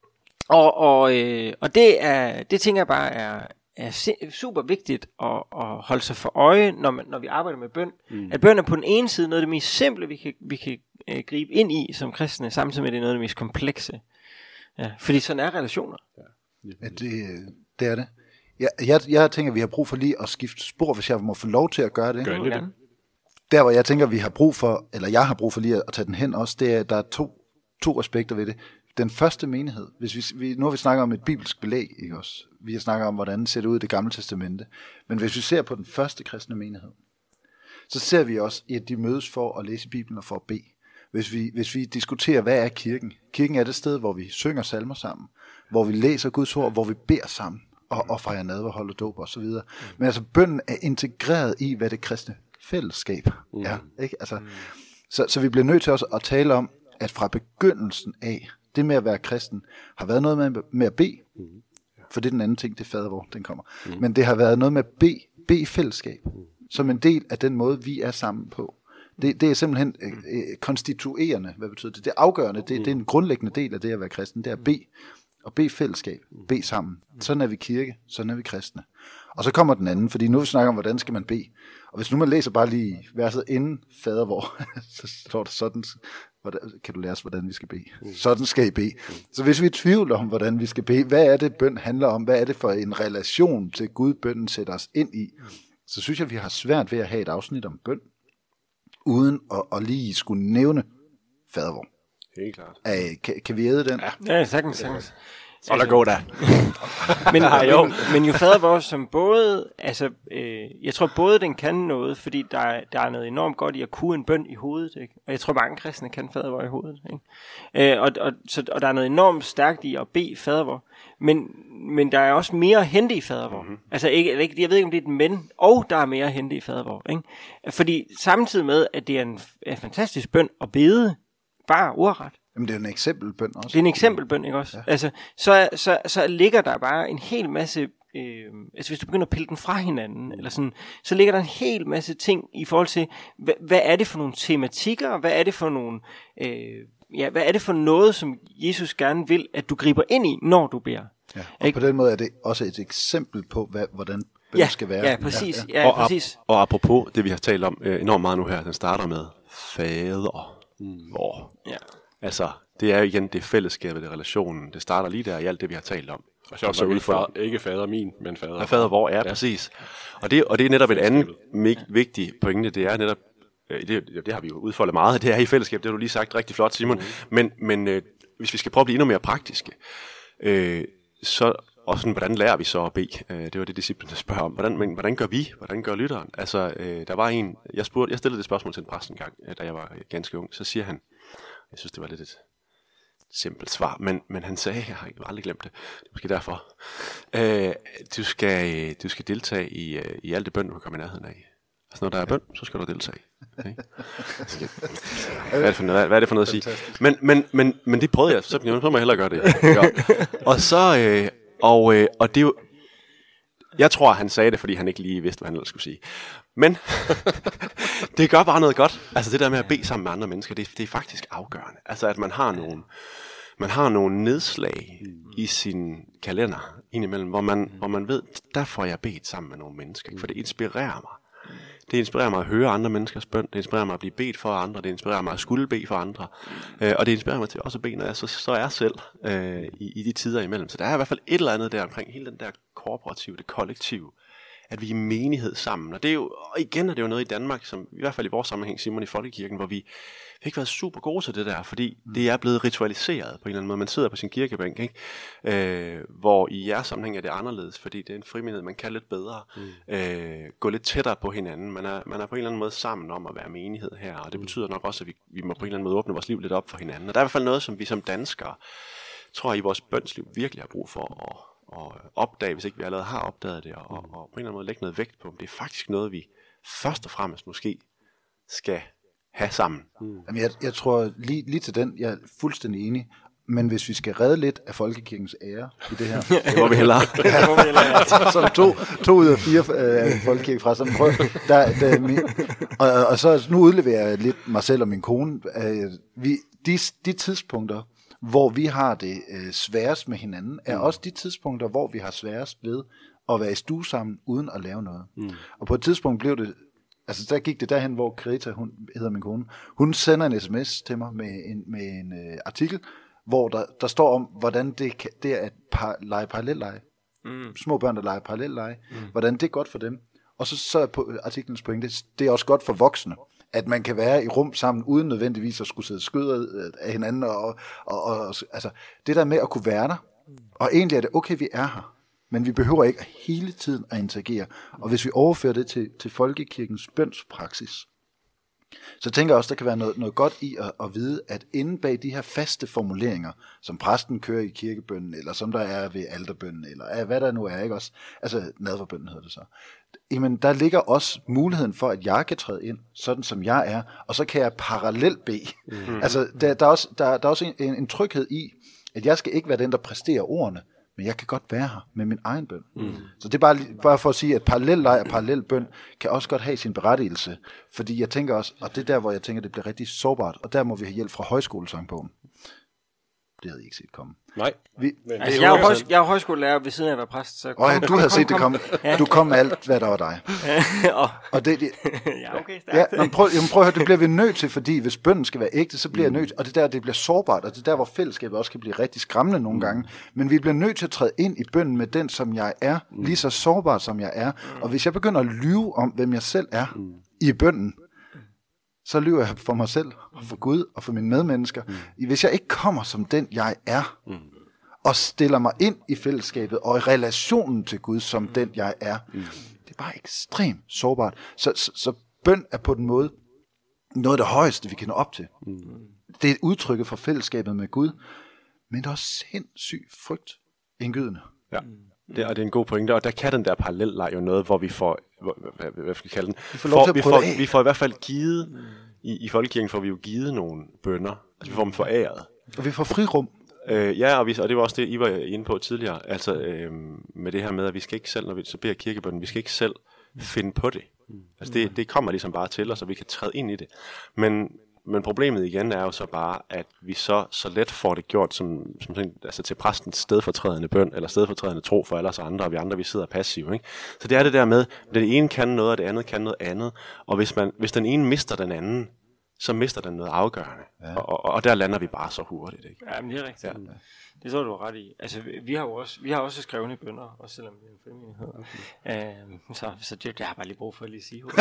Og, og, øh, og det, er, det tænker jeg bare er, er super vigtigt at, at holde sig for øje, når, man, når vi arbejder med bøn. Mm. At bøn er på den ene side noget af det mest simple, vi kan, vi kan øh, gribe ind i som kristne, samtidig med det er noget af det mest komplekse. Ja, fordi sådan er relationer. Ja, det, det er det. Jeg, jeg, jeg tænker, at vi har brug for lige at skifte spor, hvis jeg må få lov til at gøre det. Gør det. Der, hvor jeg tænker, at vi har brug for, eller jeg har brug for lige at tage den hen også, det er, at der er to, to aspekter ved det. Den første menighed, hvis vi, vi, nu har vi snakket om et bibelsk belæg, ikke også? Vi har snakket om, hvordan det ser ud i det gamle testamente. Men hvis vi ser på den første kristne menighed, så ser vi også, at de mødes for at læse Bibelen og for at bede. Hvis vi, hvis vi diskuterer, hvad er kirken? Kirken er det sted, hvor vi synger salmer sammen, hvor vi læser Guds ord, hvor vi beder sammen, og, og fejrer nadver, holder dåb og så videre. Men altså, bønnen er integreret i, hvad det kristne fællesskab er. Ikke? Altså, så, så vi bliver nødt til også at tale om, at fra begyndelsen af, det med at være kristen, har været noget med, med at bede, for det er den anden ting, det er fader, hvor den kommer. Men det har været noget med at bede, bede i fællesskab, som en del af den måde, vi er sammen på. Det, det er simpelthen øh, øh, konstituerende. Hvad betyder det? Det er afgørende. Det, det er en grundlæggende del af det at være kristen. Det er at bede. Og bede fællesskab. Bede sammen. Sådan er vi kirke. Sådan er vi kristne. Og så kommer den anden, fordi nu vi snakker om, hvordan skal man bede. Og hvis nu man læser bare lige verset inden fader, hvor så står der sådan, hvordan, kan du lære os, hvordan vi skal bede. Sådan skal I bede. Så hvis vi er i tvivl om, hvordan vi skal bede, hvad er det, bøn handler om? Hvad er det for en relation til Gud, bønnen sætter os ind i? Så synes jeg, vi har svært ved at have et afsnit om bøn, uden at, at lige skulle nævne fadervor. Helt klart. Æh, kan, kan vi æde den? Ja, ja sagtens, sagtens. Så der går der. men, men, men jo fadervor som både, altså, øh, jeg tror både den kan noget, fordi der er, der er noget enormt godt i at kunne en bøn i hovedet, ikke? Og jeg tror mange kristne kan fadervor i hovedet, ikke? Øh, og, og, så, og der er noget enormt stærkt i at bede fadervor, men, men der er også mere at hente i fadervor. Mm-hmm. Altså, ikke, jeg ved ikke, om det er et men, og der er mere at hente i fadervor, ikke? Fordi samtidig med, at det er en, en fantastisk bøn at bede, bare ordret. Jamen, det er en eksempelbøn også. Det er en eksempelbøn, ikke også? Ja. Altså, så, så, så ligger der bare en hel masse, øh, altså hvis du begynder at pille den fra hinanden, eller sådan, så ligger der en hel masse ting i forhold til, hvad, hvad er det for nogle tematikker, hvad er det for nogle, øh, ja, hvad er det for noget, som Jesus gerne vil, at du griber ind i, når du beder. Ja, og ikke? På den måde er det også et eksempel på, hvad, hvordan bøn ja, skal være. Ja, præcis. Ja, ja. Ja, og, præcis. Og, og apropos det, vi har talt om øh, enormt meget nu her, den starter med fader. Mm. Oh. Ja. Altså, det er jo igen det fællesskabet, det relationen. Det starter lige der i alt det, vi har talt om. Og så, så ikke, fader, ikke fader min, men fader, ja, fader hvor, ja, ja, præcis. Og det, og det er netop et andet vigtigt pointe, det er netop, det, det har vi jo udfoldet meget, det er i fællesskab, det har du lige sagt rigtig flot, Simon, mm. men, men øh, hvis vi skal prøve at blive endnu mere praktiske, øh, så, og sådan, hvordan lærer vi så at bede? Øh, det var det, disciplinen spørger om. Hvordan, men, hvordan gør vi? Hvordan gør lytteren? Altså, øh, der var en, jeg, spurgte, jeg stillede det spørgsmål til en præst en gang, da jeg var ganske ung, så siger han, jeg synes, det var lidt et simpelt svar, men, men han sagde, jeg har aldrig glemt det, det er måske derfor, øh, du, skal, du skal deltage i, i alt det bøn, du kan komme i nærheden af. Altså når der er bøn, så skal du deltage. Okay? Hvad, er det for noget, hvad er det for noget at sige? Men, men, men, men det prøvede jeg, så, så må jeg hellere gøre det. Ja. Og så, øh, og, øh, og det er jo, jeg tror, han sagde det, fordi han ikke lige vidste, hvad han ellers skulle sige. Men det gør bare noget godt. Altså det der med at bede sammen med andre mennesker, det, det er faktisk afgørende. Altså at man har nogle, man har nogle nedslag i sin kalender indimellem, hvor man, hvor man ved, der får jeg bedt sammen med nogle mennesker. For det inspirerer mig. Det inspirerer mig at høre andre menneskers bøn. Det inspirerer mig at blive bedt for andre. Det inspirerer mig at skulle bede for andre. Øh, og det inspirerer mig til også at bede, når jeg så, så er selv øh, i, i de tider imellem. Så der er i hvert fald et eller andet der omkring hele den der korporative, det kollektive, at vi er i menighed sammen. Og det er jo, og igen er det jo noget i Danmark, som i hvert fald i vores sammenhæng, Simon, i Folkekirken, hvor vi, vi har ikke været super gode til det der, fordi mm. det er blevet ritualiseret på en eller anden måde. Man sidder på sin kirkebænk, ikke? Øh, hvor i jeres sammenhæng er det anderledes, fordi det er en frimenighed, man kan lidt bedre mm. øh, gå lidt tættere på hinanden. Man er, man er på en eller anden måde sammen om at være menighed her, og det mm. betyder nok også, at vi, vi må på en eller anden måde åbne vores liv lidt op for hinanden. Og der er i hvert fald noget, som vi som danskere, tror jeg, i vores bønsliv virkelig har brug for at og opdage, hvis ikke vi allerede har opdaget det, og, og på en eller anden måde lægge noget vægt på. Det er faktisk noget, vi først og fremmest måske skal have sammen. Mm. Jamen jeg, jeg tror lige, lige til den, jeg er fuldstændig enig, men hvis vi skal redde lidt af folkekirkens ære i det her, det må vi hellere. Ja, som to, to ud af fire øh, folkekirke fra sådan prøv, der, der, min, og, og så nu udleverer jeg lidt mig selv og min kone. Øh, vi, de, de tidspunkter, hvor vi har det øh, sværest med hinanden, er mm. også de tidspunkter, hvor vi har sværest ved at være i stue sammen, uden at lave noget. Mm. Og på et tidspunkt blev det, altså der gik det derhen, hvor Greta, hun hedder min kone, hun sender en sms til mig med en, med en øh, artikel, hvor der, der står om, hvordan det, kan, det er at par, lege parallelleje. Mm. Små børn, der leger parallelleje. Mm. Hvordan det er godt for dem. Og så, så er på artiklens pointe, det er også godt for voksne. At man kan være i rum sammen, uden nødvendigvis at skulle sidde skødet af hinanden. Og, og, og, altså, det der med at kunne være der. Og egentlig er det okay, vi er her. Men vi behøver ikke hele tiden at interagere. Og hvis vi overfører det til, til folkekirkens bønspraksis, så tænker jeg også, der kan være noget, noget godt i at, at vide, at inde bag de her faste formuleringer, som præsten kører i kirkebønnen, eller som der er ved alterbønnen, eller hvad der nu er, ikke også? Altså nadverbønnen hedder det så. Jamen, der ligger også muligheden for, at jeg kan træde ind, sådan som jeg er, og så kan jeg parallelt bede. Mm-hmm. Altså, der, der er også, der, der er også en, en tryghed i, at jeg skal ikke være den, der præsterer ordene, men jeg kan godt være her med min egen bøn. Mm. Så det er bare, bare for at sige, at parallelleg og parallel bøn kan også godt have sin berettigelse. Fordi jeg tænker også, og det er der, hvor jeg tænker, det bliver rigtig sårbart, og der må vi have hjælp fra højskolesangbogen. Det havde I ikke set komme. Nej. Vi, altså, jeg, er højs- jeg er højskolelærer ved siden af at være præst. Så kom, oh, ja, du havde set det komme. Du kom med alt, hvad der var dig. Og det, det, ja, okay, stærkt. Ja, men prøv, jamen, prøv at høre, det bliver vi nødt til, fordi hvis bønnen skal være ægte, så bliver mm. jeg nødt, og det der, det bliver sårbart, og det der, hvor fællesskabet også kan blive rigtig skræmmende nogle mm. gange. Men vi bliver nødt til at træde ind i bønnen med den, som jeg er, mm. lige så sårbar, som jeg er. Mm. Og hvis jeg begynder at lyve om, hvem jeg selv er mm. i bønnen, så lyver jeg for mig selv, og for Gud, og for mine medmennesker. Mm. Hvis jeg ikke kommer som den, jeg er, mm. og stiller mig ind i fællesskabet, og i relationen til Gud, som mm. den, jeg er, mm. det er bare ekstremt sårbart. Så, så, så bøn er på den måde noget af det højeste, vi kan nå op til. Mm. Det er et udtryk for fællesskabet med Gud, men det er også sindssygt frygt indgydende. Ja. Det, og det er en god pointe, og der kan den der parallelleg jo noget, hvor vi får, hvad, hvad, hvad skal vi kalde den? Vi får, lov for, vi, får, vi får i hvert fald givet, mm. i, i folkekirken får vi jo givet nogle bønner, altså vi får dem foræret. Og vi får frirum. Øh, ja, og, vi, og det var også det, I var inde på tidligere, altså øh, med det her med, at vi skal ikke selv, når vi så beder kirkebønnen, vi skal ikke selv finde på det. Mm. Altså det, det kommer ligesom bare til os, og vi kan træde ind i det. Men Men problemet igen er jo så bare, at vi så, så let får det gjort som, som altså til præstens stedfortrædende bøn, eller stedfortrædende tro for alle os andre, og vi andre vi sidder passive. Ikke? Så det er det der med, at det ene kan noget, og det andet kan noget andet. Og hvis, man, hvis den ene mister den anden, så mister den noget afgørende. Ja. Og, og, og der lander vi bare så hurtigt, ikke? Ja, men det er rigtigt. Ja. Det så du ret i. Altså, vi har jo også, vi har også skrevne bønder, også selvom vi er en frimenighed. Okay. Øhm, så, så det, det har jeg bare lige brug for at lige sige.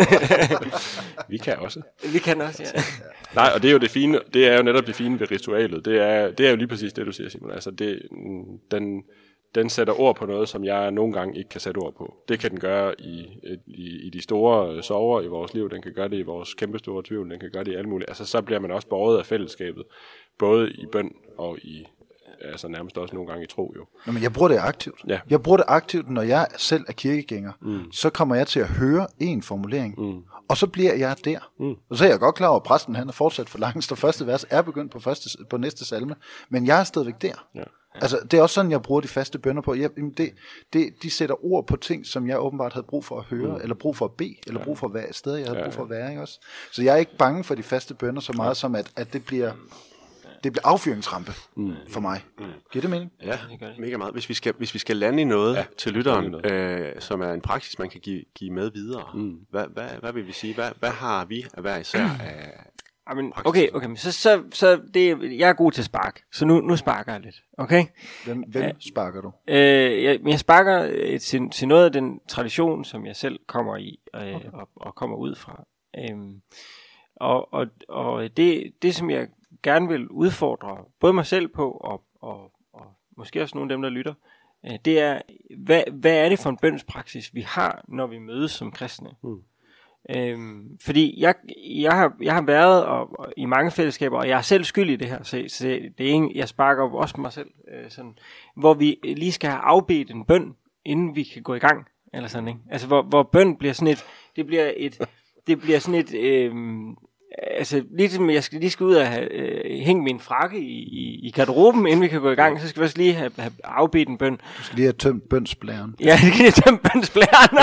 Vi kan også. Vi kan også, ja. Nej, og det er jo det fine, det er jo netop det fine ved ritualet. Det er, det er jo lige præcis det, du siger, Simon. Altså, det, den, den sætter ord på noget, som jeg nogle gange ikke kan sætte ord på. Det kan den gøre i, i, i de store sorger i vores liv. Den kan gøre det i vores kæmpestore tvivl. Den kan gøre det i alt muligt. Altså, så bliver man også båret af fællesskabet. Både i bøn og i, altså nærmest også nogle gange i tro, jo. Nå, men jeg bruger det aktivt. Ja. Jeg bruger det aktivt, når jeg selv er kirkegænger. Mm. Så kommer jeg til at høre en formulering, Mm. og så bliver jeg der. Mm. Og så er jeg godt klar over, at præsten han er fortsat for langt, og første vers er begyndt på, første, på næste salme, men jeg er stadigvæk der. Ja. Altså, det er også sådan, jeg bruger de faste bønner på. Jeg, det, det, de sætter ord på ting, som jeg åbenbart havde brug for at høre, mm. eller brug for at bede, eller ja. brug for at være et sted, jeg havde ja, brug for at være. Ikke også? Så jeg er ikke bange for de faste bønner så meget, ja. som at, at det bliver... Det bliver affyringsrampe mm. for mig. Mm. Giver det mening? Ja, mega meget. Hvis vi skal, hvis vi skal lande i noget ja, til lytteren, øh, som er en praksis, man kan give, give med videre, mm. hvad, hvad, hvad vil vi sige? Hvad, hvad har vi at være især af Amen, okay, okay, så, så, så det, jeg er god til at sparke, så nu, nu sparker jeg lidt, okay? Hvem, hvem uh, sparker du? Øh, jeg, jeg sparker øh, til, til noget af den tradition, som jeg selv kommer i øh, okay. og, og kommer ud fra. Øhm, og og, og det, det, som jeg gerne vil udfordre både mig selv på, og, og, og måske også nogle af dem, der lytter, øh, det er, hvad, hvad er det for en bønspraksis, vi har, når vi mødes som kristne? Mm. Øhm, fordi jeg, jeg, har, jeg har været og, og, i mange fællesskaber, og jeg er selv skyld i det her, så, så det er en, jeg sparker også på mig selv, øh, sådan, hvor vi lige skal have afbedt en bøn, inden vi kan gå i gang, eller sådan, ikke? Altså, hvor, hvor bøn bliver sådan et, det bliver et, det bliver sådan et, øh, altså, ligesom jeg skal, lige skal ud og have, øh, hænge min frakke i, i, i garderoben, inden vi kan gå i gang, så skal vi også lige have, have afbedt en bøn. Du skal lige have tømt bønsblæren. Ja, det kan jeg tømt bønsblæren.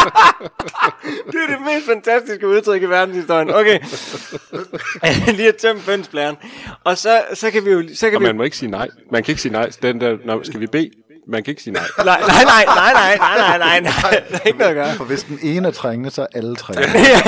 Det er det mest fantastiske udtryk i verdenshistorien. Okay. Lige have tømt bønsblæren. Og så, så kan vi jo... Så kan og vi man må ikke sige nej. Man kan ikke sige nej. Den der, når, skal vi bede? Man kan ikke sige nej. Nej, nej, nej, nej, nej, nej, nej, nej, nej. Der er ikke noget at gøre. For hvis den ene er trængende, så er alle trængende.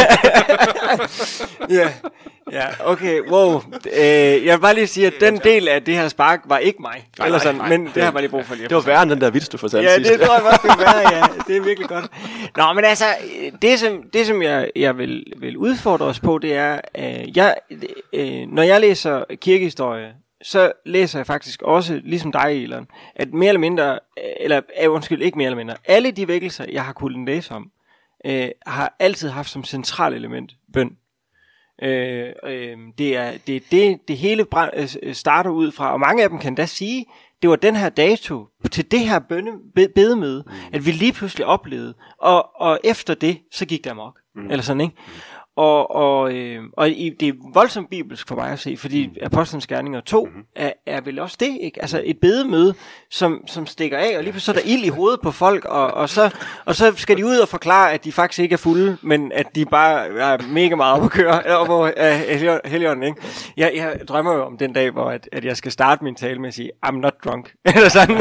Ja, ja, okay, wow. Øh, jeg vil bare lige sige, at den del af det her spark var ikke mig. Nej, eller sådan, nej, nej, men det har jeg bare lige brug for lige. Det var værre end den der vits, du fortalte ja, sidst. Ja, det tror jeg også, det var værre, ja. Det er virkelig godt. Nå, men altså, det som, det, som jeg, jeg vil, vil udfordre os på, det er, øh, jeg, øh, når jeg læser kirkehistorie, så læser jeg faktisk også, ligesom dig, Elon, at mere eller mindre, eller øh, undskyld, ikke mere eller mindre, alle de vækkelser, jeg har kunnet læse om, øh, har altid haft som centralt element bøn. Øh, øh, det er det, det, det hele starter ud fra, og mange af dem kan da sige, det var den her dato til det her bønne, bedemøde, mm. at vi lige pludselig oplevede, og, og efter det, så gik det amok, mm. eller sådan, ikke? Og, og, øh, og i, det er voldsomt bibelsk for mig at se, fordi mm. Apostlenes Gerninger to mm. er, er vel også det, ikke? Altså et bedemøde, som, som stikker af, og lige pludselig så er der ild i hovedet på folk, og, og, så, og så skal de ud og forklare, at de faktisk ikke er fulde, men at de bare er mega meget op at køre, op på uh, Helligånden, ikke? Jeg, jeg drømmer jo om den dag, hvor at, at jeg skal starte min tale med at sige, I'm not drunk, eller sådan.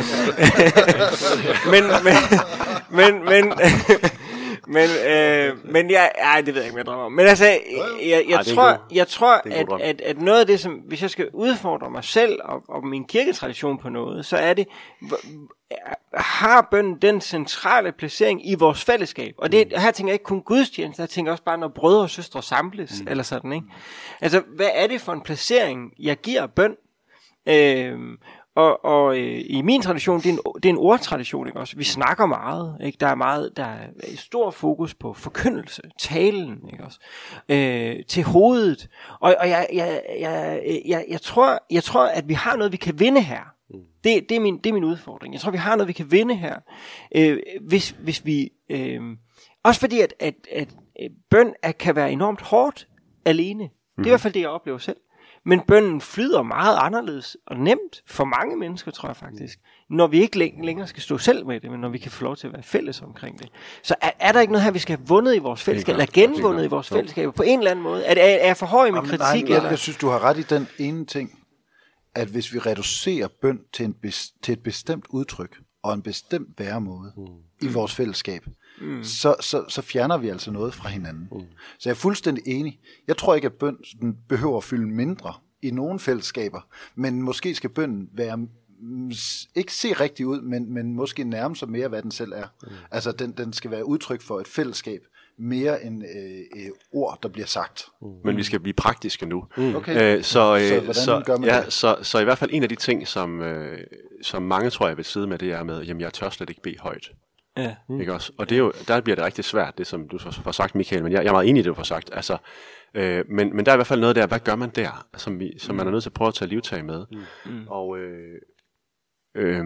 men, men, men, men Men, øh, men jeg, ej, det ved jeg ikke, hvad jeg drømmer om. Men altså, jeg, jeg, jeg, Ej, tror, jeg tror, at, at, at noget af det, som, hvis jeg skal udfordre mig selv og, og min kirketradition på noget, så er det, har bønnen den centrale placering i vores fællesskab? Og det, her tænker jeg ikke kun gudstjeneste, jeg tænker også bare, når brødre og søstre samles, mm. eller sådan, ikke? Altså, hvad er det for en placering, jeg giver bøn? Øh, Og, og øh, i min tradition, det er en, det er en ordtradition, ikke også? Vi snakker meget, ikke? Der er meget, der er stor fokus på forkyndelse, talen, ikke også? Øh, til hovedet. Og, og jeg, jeg, jeg, jeg, jeg, tror, jeg tror, at vi har noget, vi kan vinde her. Det, det, er min, det er min udfordring. Jeg tror, vi har noget, vi kan vinde her. Øh, hvis, hvis vi... Øh, også fordi, at, at, at, at bøn at kan være enormt hårdt alene. Det er i hvert fald det, jeg oplever selv. Men bønnen flyder meget anderledes og nemt for mange mennesker, tror jeg faktisk, når vi ikke længere skal stå selv med det, men når vi kan få lov til at være fælles omkring det. Så er, er der ikke noget her, vi skal have vundet i vores fællesskab, eller genvundet i vores fællesskab på en eller anden måde? Er, er, er jeg for høj i min kritik? Nej, jeg, jeg synes, du har ret i den ene ting, at hvis vi reducerer bøn til, en bes, til et bestemt udtryk, og en bestemt væremåde Mm. i vores fællesskab, Mm. så, så, så fjerner vi altså noget fra hinanden. Mm. Så jeg er fuldstændig enig. Jeg tror ikke, at bøn den behøver at fylde mindre i nogle fællesskaber, men måske skal bønnen være mm, ikke se rigtig ud, men, men måske nærme sig mere, hvad den selv er. Mm. Altså, den, den skal være udtryk for et fællesskab, mere end øh, øh, ord, der bliver sagt. Mm. Men vi skal blive praktiske nu. Mm. Okay. Øh, så, øh, Så hvordan så, gør man ja, det? så, så i hvert fald en af de ting, som, øh, som mange tror jeg vil sidde med, det er med, jamen jeg tør slet ikke bede højt. Ja. Mm. Ikke også? Og det er jo, der bliver det rigtig svært, det som du så får sagt, Michael, men jeg, jeg er meget enig i det, du får sagt. Altså, øh, men, men der er i hvert fald noget der, hvad gør man der, som, vi, som mm. man er nødt til at prøve at tage livtag med. Mm. Og øh, øh,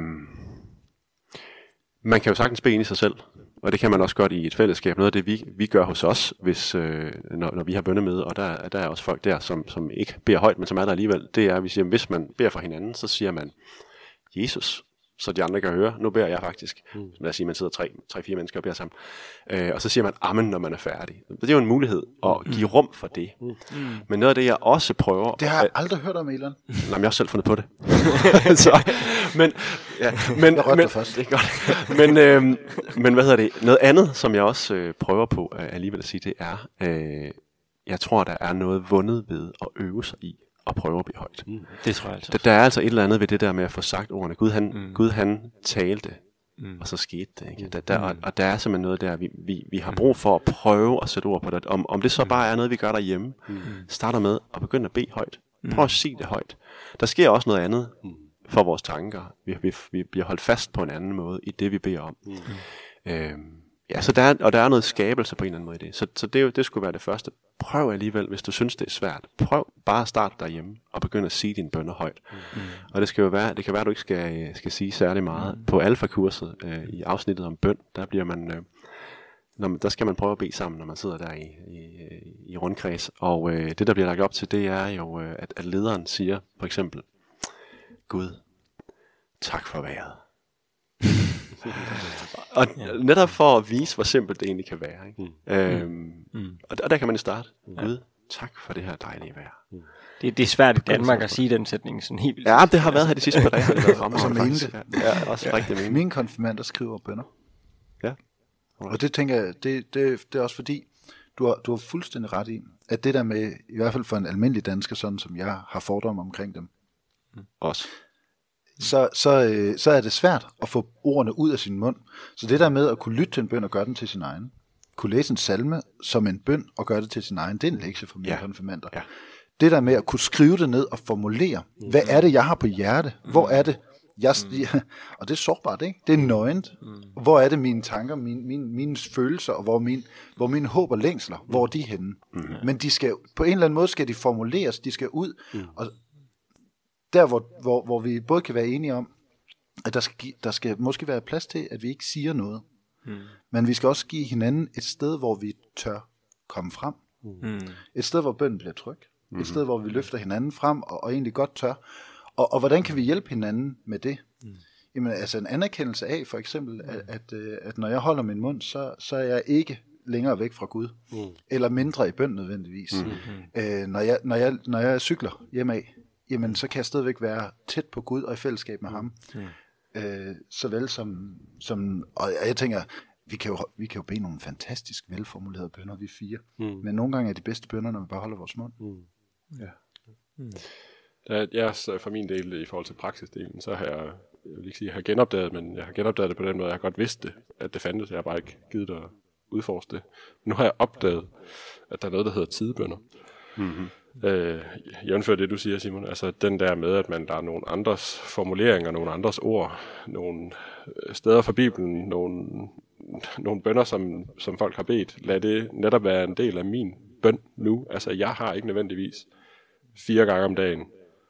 man kan jo sagtens bede ind i sig selv, og det kan man også godt i et fællesskab. Noget af det, vi, vi gør hos os, hvis, øh, når, når vi har bønnemøde, og der, der er også folk der, som, som ikke beder højt, men som er der alligevel, det er, at vi siger, hvis man beder for hinanden, så siger man, Jesus, så de andre kan høre, nu beder jeg faktisk. Mm. Lad os sige, man sidder tre, tre, fire mennesker og beder sammen. Øh, og så siger man amen, når man er færdig. Det er jo en mulighed at give rum for det. Mm. Men noget af det, jeg også prøver... Det har jeg aldrig hørt om, Elon. Nej, men jeg har også selv fundet på det. så, men, ja, men, jeg men, først. Det er godt. men, øh, men hvad hedder det? Noget andet, som jeg også øh, prøver på øh, alligevel at sige, det er, øh, jeg tror, der er noget vundet ved at øve sig i og prøve at blive højt. Mm. Det tror jeg altså. Der, der er altså et eller andet ved det der med at få sagt ordene. Gud han, mm. Gud, han talte, mm. og så skete det. Ikke? Der, der, og, og der er simpelthen noget der, vi, vi, vi har brug for at prøve at sætte ord på det. Om, om det så bare er noget, vi gør derhjemme, mm. starter med at begynde at bede højt. Prøv at sige det højt. Der sker også noget andet for vores tanker. Vi, vi, vi bliver holdt fast på en anden måde i det, vi beder om. Mm. Øhm, ja, så der er, og der er noget skabelse på en eller anden måde i det. Så, så det, det skulle være det første. Prøv alligevel, hvis du synes, det er svært. Prøv bare at starte derhjemme og begynde at sige dine bønner højt. Mm. Og det skal jo være, det kan være, at du ikke skal, skal sige særlig meget. Mm. På alfa-kurset øh, i afsnittet om bøn, der bliver man, øh, når man, der skal man prøve at bede sammen, når man sidder der i, i, i rundkreds. Og øh, det, der bliver lagt op til, det er jo, øh, at, at lederen siger, for eksempel, Gud, tak for vejret. Og netop for at vise, hvor simpelt det egentlig kan være. Ikke? Mm. Øhm, mm. Og, der, og der kan man starte. Gud, tak for det her dejlige vejr. Mm. Det, det er svært i Danmark at sige den sætning sådan helt vildt. Ja, det har været her de sidste par dage. Det har været Og så mene det. Ja, også ja. Rigtig mene. Mine konfirmander skriver bønner. Ja. Og det tænker jeg, det, det, det er også fordi, du har, du har fuldstændig ret i, at det der med, i hvert fald for en almindelig dansker, sådan som jeg har fordomme omkring dem, mm. også. Så, så, øh, så er det svært at få ordene ud af sin mund. Så det der med at kunne lytte til en bøn og gøre den til sin egen, kunne læse en salme som en bøn og gøre det til sin egen, det er en lektie for mine ja. konfirmander. Ja. Det der med at kunne skrive det ned og formulere, mm. hvad er det, jeg har på hjerte? Hvor er det? Jeg, mm. og det er sårbart, ikke? Det er nøgent. Mm. Hvor er det mine tanker, mine, mine, mine følelser, og hvor, min, hvor mine håb og længsler, mm. hvor er de henne? Mm. Men de skal, på en eller anden måde skal de formuleres, de skal ud, mm. og der, hvor, hvor, hvor vi både kan være enige om, at der skal, der skal måske være plads til, at vi ikke siger noget. Mm. Men vi skal også give hinanden et sted, hvor vi tør komme frem. Mm. Et sted, hvor bønnen bliver tryg. Mm. Et sted, hvor vi løfter hinanden frem, og, og egentlig godt tør. Og, og hvordan kan vi hjælpe hinanden med det? Mm. Jamen, altså en anerkendelse af, for eksempel, at, at, at når jeg holder min mund, så, så er jeg ikke længere væk fra Gud. Mm. Eller mindre i bøn nødvendigvis. Mm. Øh, når, jeg, når, jeg, når jeg cykler hjemad, jamen så kan jeg stadigvæk være tæt på Gud og i fællesskab med ham. Mm. Øh, såvel som, som, og jeg tænker, vi kan, jo, vi kan jo bede nogle fantastisk velformulerede bønner, vi fire. Mm. Men nogle gange er de bedste bønner, når vi bare holder vores mund. Mm. Ja. Mm. Der, jeg for min del, i forhold til praksisdelen, så har jeg, jeg vil ikke sige, jeg har genopdaget, men jeg har genopdaget det på den måde, jeg har godt vidst det, at det fandtes, jeg har bare ikke givet at udforske det. Men nu har jeg opdaget, at der er noget, der hedder tidebønner. Mm-hmm. Øh, jævnfør det du siger, Simon, altså den der med at man der er nogle andres formuleringer, nogle andres ord, nogle steder fra Bibelen, nogle, nogle bønner som, som folk har bedt, lad det netop være en del af min bøn nu. Altså jeg har ikke nødvendigvis fire gange om dagen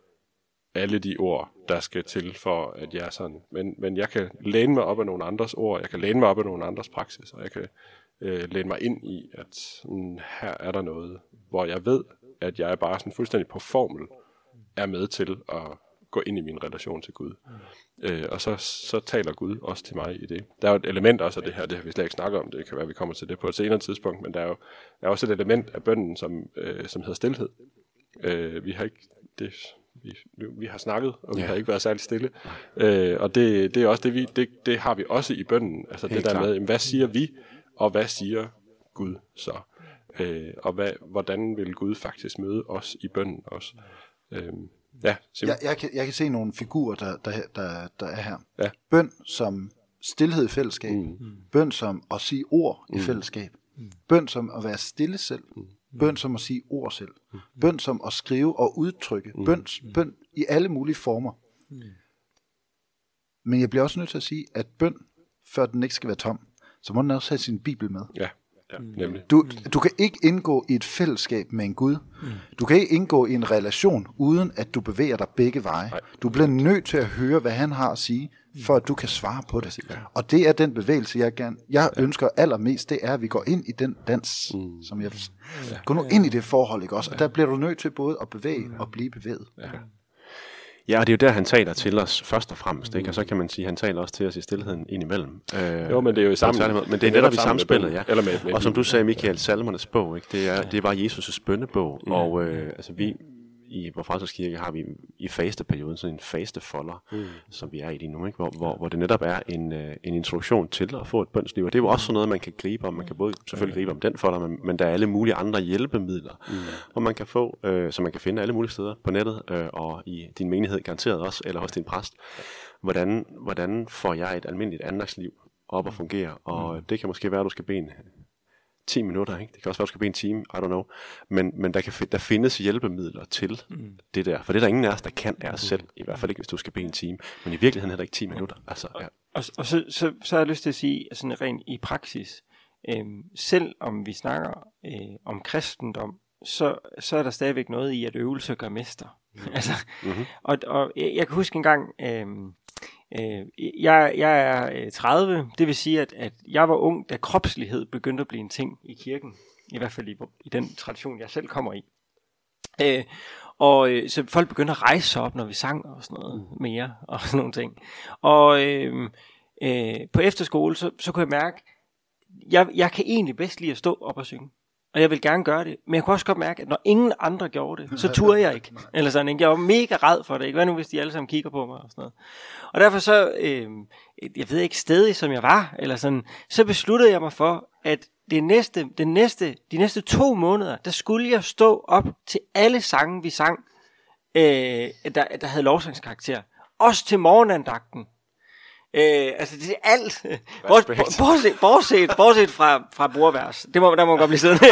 alle de ord der skal til for at jeg er sådan, men, men jeg kan læne mig op af nogle andres ord, jeg kan læne mig op af nogle andres praksis, og jeg kan øh, læne mig ind i at mm, her er der noget, hvor jeg ved at jeg er bare sådan fuldstændig på formel er med til at gå ind i min relation til Gud. Mm. Øh, og så, så taler Gud også til mig i det. Der er jo et element også af det her, det har vi slet ikke snakket om, det kan være, vi kommer til det på et senere tidspunkt, men der er jo der er også et element af bønnen, som, øh, som hedder stilhed. Øh, vi har ikke, det vi, vi har snakket, og vi Ja. har ikke været særlig stille. Øh, og det, det er også det, vi, det, det har vi også i bønnen. Altså Helt det der klart. med, jamen, hvad siger vi, og hvad siger Gud så? Øh, og hvad, hvordan vil Gud faktisk møde os i bønnen også? Øh, ja, Jeg, jeg, kan, jeg kan se nogle figurer, der, der, der, der er her. Ja. Bøn som stilhed i fællesskab. Mm. Bøn som at sige ord i Mm. fællesskab. Bøn som at være stille selv. Mm. Bøn som at sige ord selv. Bøn som at skrive og udtrykke. Mm. Bøn, bøn i alle mulige former. Men jeg bliver også nødt til at sige, at bøn, før den ikke skal være tom, så må den også have sin bibel med. Ja, ja, nemlig. Du, du kan ikke indgå i et fællesskab med en Gud. Du kan ikke indgå i en relation, uden at du bevæger dig begge veje. Nej. Du bliver nødt til at høre, hvad han har at sige, for at du kan svare på det. Og det er den bevægelse, jeg gerne, jeg ønsker allermest, det er, at vi går ind i den dans, Mm. som jeg... Gå nu ind i det forhold, ikke også? Og der bliver du nødt til både at bevæge og blive bevæget. Ja. Ja, og det er jo der, han taler til os først og fremmest, ikke? Og så kan man sige, at han taler også til os i stillheden indimellem. Øh, Jo, men det er jo i sammen. Men det er, det er netop i sammen med samspillet, bønnen. ja. Eller med, med Og som du sagde, Michael, Salmernes bog, ikke? Det, er, det var Jesus' bønnebog, mm. og øh, altså vi i Vor Frelsers Kirke har vi i fasteperioden sådan en fastefolder, mm. som vi er i lige nu, ikke? Hvor, hvor, hvor det netop er en, øh, en introduktion til at få et bønsliv. Og det er jo også sådan noget, man kan gribe om. Man kan både selvfølgelig gribe om den folder, men, men der er alle mulige andre hjælpemidler, mm. hvor man kan få, øh, som man kan finde alle mulige steder på nettet, øh, og i din menighed garanteret også, eller hos din præst. Hvordan, hvordan får jeg et almindeligt andagsliv op at fungere? Og mm. det kan måske være, at du skal bede en ti minutter, ikke? Det kan også være, at du skal bede en time, I don't know. Men, men der, kan, der findes hjælpemidler til mm. det der. For det er der ingen af os, der kan af os selv. I hvert fald ikke, hvis du skal bede en time. Men i virkeligheden heller ikke ti minutter. Altså, ja. Og, og så, så, så har jeg lyst til at sige, sådan rent i praksis, øhm, selv om vi snakker øh, om kristendom, så, så er der stadigvæk noget i, at øvelse gør mester. Mm. altså, Mm-hmm. og, og jeg, jeg kan huske en gang, øhm, øh, jeg, jeg er øh, tredive, det vil sige, at, at jeg var ung, da kropslighed begyndte at blive en ting i kirken. I hvert fald i, i den tradition, jeg selv kommer i. Øh, og øh, så folk begyndte at rejse sig op, når vi sang og sådan noget mm. mere, og sådan nogle ting. Og øh, øh, på efterskole, så, så kunne jeg mærke, jeg, jeg kan egentlig bedst lide at stå op og synge. Og jeg vil gerne gøre det. Men jeg kunne også godt mærke, at når ingen andre gjorde det, så turde jeg ikke. Eller sådan, ikke? Jeg var mega ræd for det. Ikke? Hvad nu, hvis de alle sammen kigger på mig og sådan noget. Og derfor så, øh, jeg ved ikke, stedig som jeg var, eller sådan, så besluttede jeg mig for, at det næste, den næste, de næste to måneder, der skulle jeg stå op til alle sange, vi sang, øh, der, der havde lovsangskarakter. Også til morgenandagten. Øh, altså det er alt bortset, bortset, bortset, bortset fra, fra bordvers. Det må, der må man godt blive siddende.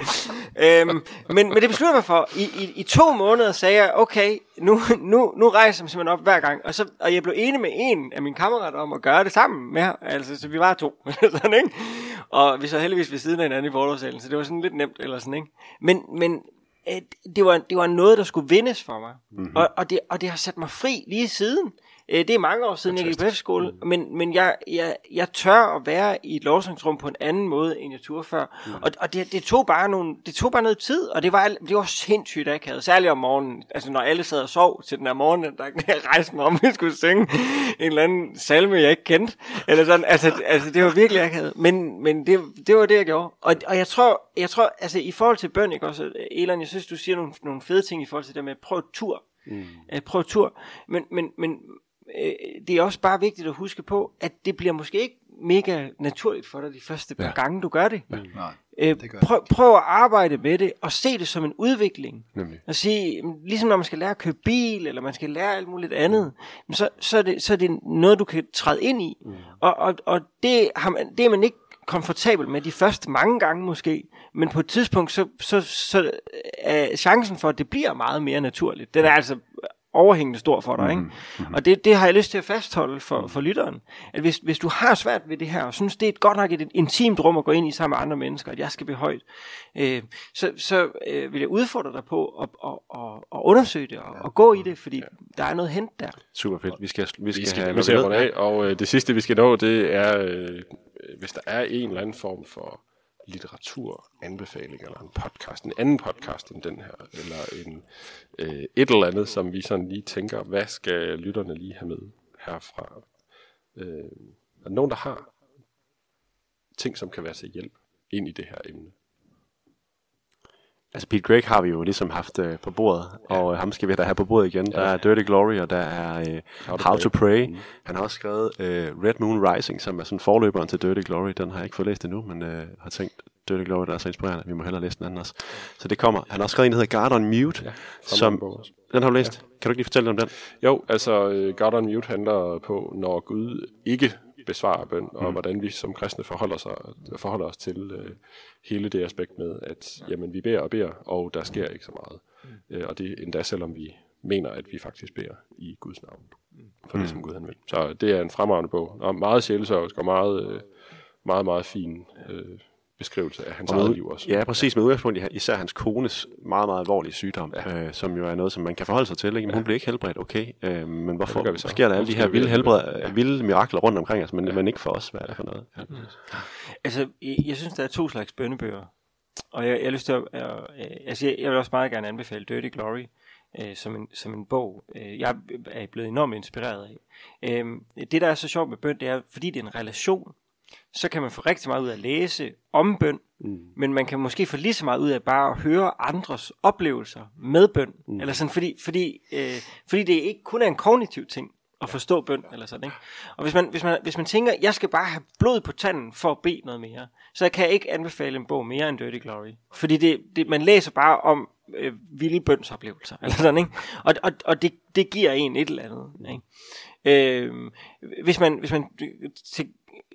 øhm, men, men det besluttede mig for. I, i, I to måneder sagde jeg, okay, nu, nu, nu rejser jeg simpelthen op hver gang. Og, så, og jeg blev enig med en af mine kammerater om at gøre det sammen med her. Altså, så vi var to. sådan, ikke? Og vi så heldigvis ved siden af hinanden i forlovssalen, så det var sådan lidt nemt. Eller sådan, ikke? Men, men øh, det, var, det var noget, der skulle vindes for mig. Mm-hmm. Og, og, det, og det har sat mig fri lige siden. Det er mange år siden, Fantastisk. Jeg gik på efterskole, mm. men, men jeg, jeg, jeg tør at være i et lovsangsrum på en anden måde, end jeg turde før. Mm. Og, og det, det, tog bare nogle, det tog bare noget tid, og det var, det var sindssygt akavet, særligt om morgenen. Altså når alle sad og sov til den her morgen, der jeg rejste mig om, vi skulle synge en eller anden salme, jeg ikke kendte. Eller sådan. Altså, altså det var virkelig akavet, men, men det, det var det, jeg gjorde. Og, og jeg tror, jeg tror, altså i forhold til bøn, ikke også, Elon, jeg synes, du siger nogle, nogle fede ting i forhold til det med prøv tur. Mm. Prøv tur. Men, men, men det er også bare vigtigt at huske på, at det bliver måske ikke mega naturligt for dig de første par ja. gange, du gør det. Ja. Nej, det gør prøv, prøv at arbejde med det, og se det som en udvikling. Nemlig. Og sige, ligesom når man skal lære at køre bil, eller man skal lære alt muligt andet, mm. så, så, er det, så er det noget, du kan træde ind i. Mm. Og, og, og det, har man, det er man ikke komfortabel med de første mange gange måske, men på et tidspunkt, så, så, så er chancen for, at det bliver meget mere naturligt. Den er altså overhængende stor for dig, ikke? Mm-hmm. Og det, det har jeg lyst til at fastholde for, for lytteren. At hvis, hvis du har svært ved det her, og synes, det er et godt nok et, et intimt rum at gå ind i sammen med andre mennesker, at jeg skal blive højt, øh, så, så øh, vil jeg udfordre dig på at, at, at, at undersøge det, og ja. At gå i det, fordi ja. Der er noget hent der. Super fedt. Vi skal, vi skal, vi skal have vi skal runde af, og øh, det sidste, vi skal nå, det er, øh, hvis der er en eller anden form for litteraturanbefaling, eller en podcast, en anden podcast end den her, eller en, øh, et eller andet, som vi sådan lige tænker, hvad skal lytterne lige have med herfra? Øh, er der nogen, der har ting, som kan være til hjælp ind i det her emne? Altså Pete Greig har vi jo ligesom haft øh, på bordet, ja. og øh, ham skal vi da have på bordet igen. Der er Dirty Glory, og der er øh, How, to, How to Pray. Mm. Han har også skrevet øh, Red Moon Rising, som er sådan forløberen til Dirty Glory. Den har jeg ikke fået læst endnu, men øh, har tænkt, Dirty Glory, der er så inspirerende. Vi må hellere læse den anden også. Så det kommer. Han har også skrevet en, der hedder God on Mute, ja, som... Den har du læst. Ja. Kan du ikke lige fortælle om den? Jo, altså uh, God on Mute handler på, når Gud ikke besvarer bøn, og mm. hvordan vi som kristne forholder, sig, forholder os til uh, hele det aspekt med, at jamen, vi beder og beder, og der sker ikke så meget. Mm. Uh, og det endda selvom vi mener, at vi faktisk beder i Guds navn, for mm. det som Gud han vil. Så det er en fremragende bog, og meget sjælesørgsk og meget, uh, meget, meget fin uh, beskrivelse af hans eget liv også. Ja, præcis, med udgangspunkt i især hans kones meget, meget alvorlige sygdom, ja. øh, som jo er noget, som man kan forholde sig til. Ikke? Men hun blev ikke helbredt, okay, øh, men hvorfor ja, sker der alle de her vilde, helbred, ja. vilde mirakler rundt omkring os, men, ja. men ikke for os, hvad er det for noget? Ja. Mm. Altså, jeg, jeg synes, der er to slags bønnebøger, og jeg, jeg har lyst til at, øh, altså, jeg, jeg vil også meget gerne anbefale Dirty Glory, øh, som, en, som en bog, øh, jeg er blevet enormt inspireret af. Øh, det, der er så sjovt med bøn, det er, fordi det er en relation, så kan man få rigtig meget ud af at læse om bøn, mm. men man kan måske få lige så meget ud af bare at høre andres oplevelser med bøn, mm. eller sådan, fordi, fordi, øh, fordi det ikke kun er en kognitiv ting at forstå bøn, eller sådan, ikke? Og hvis man, hvis man, hvis man tænker, jeg skal bare have blod på tanden for at bede noget mere, så kan jeg ikke anbefale en bog mere end Dirty Glory, fordi det, det, man læser bare om øh, vilde bønsoplevelser, eller sådan, ikke? Og, og, og det, det giver en et eller andet, ikke? Øh, hvis man, hvis man til,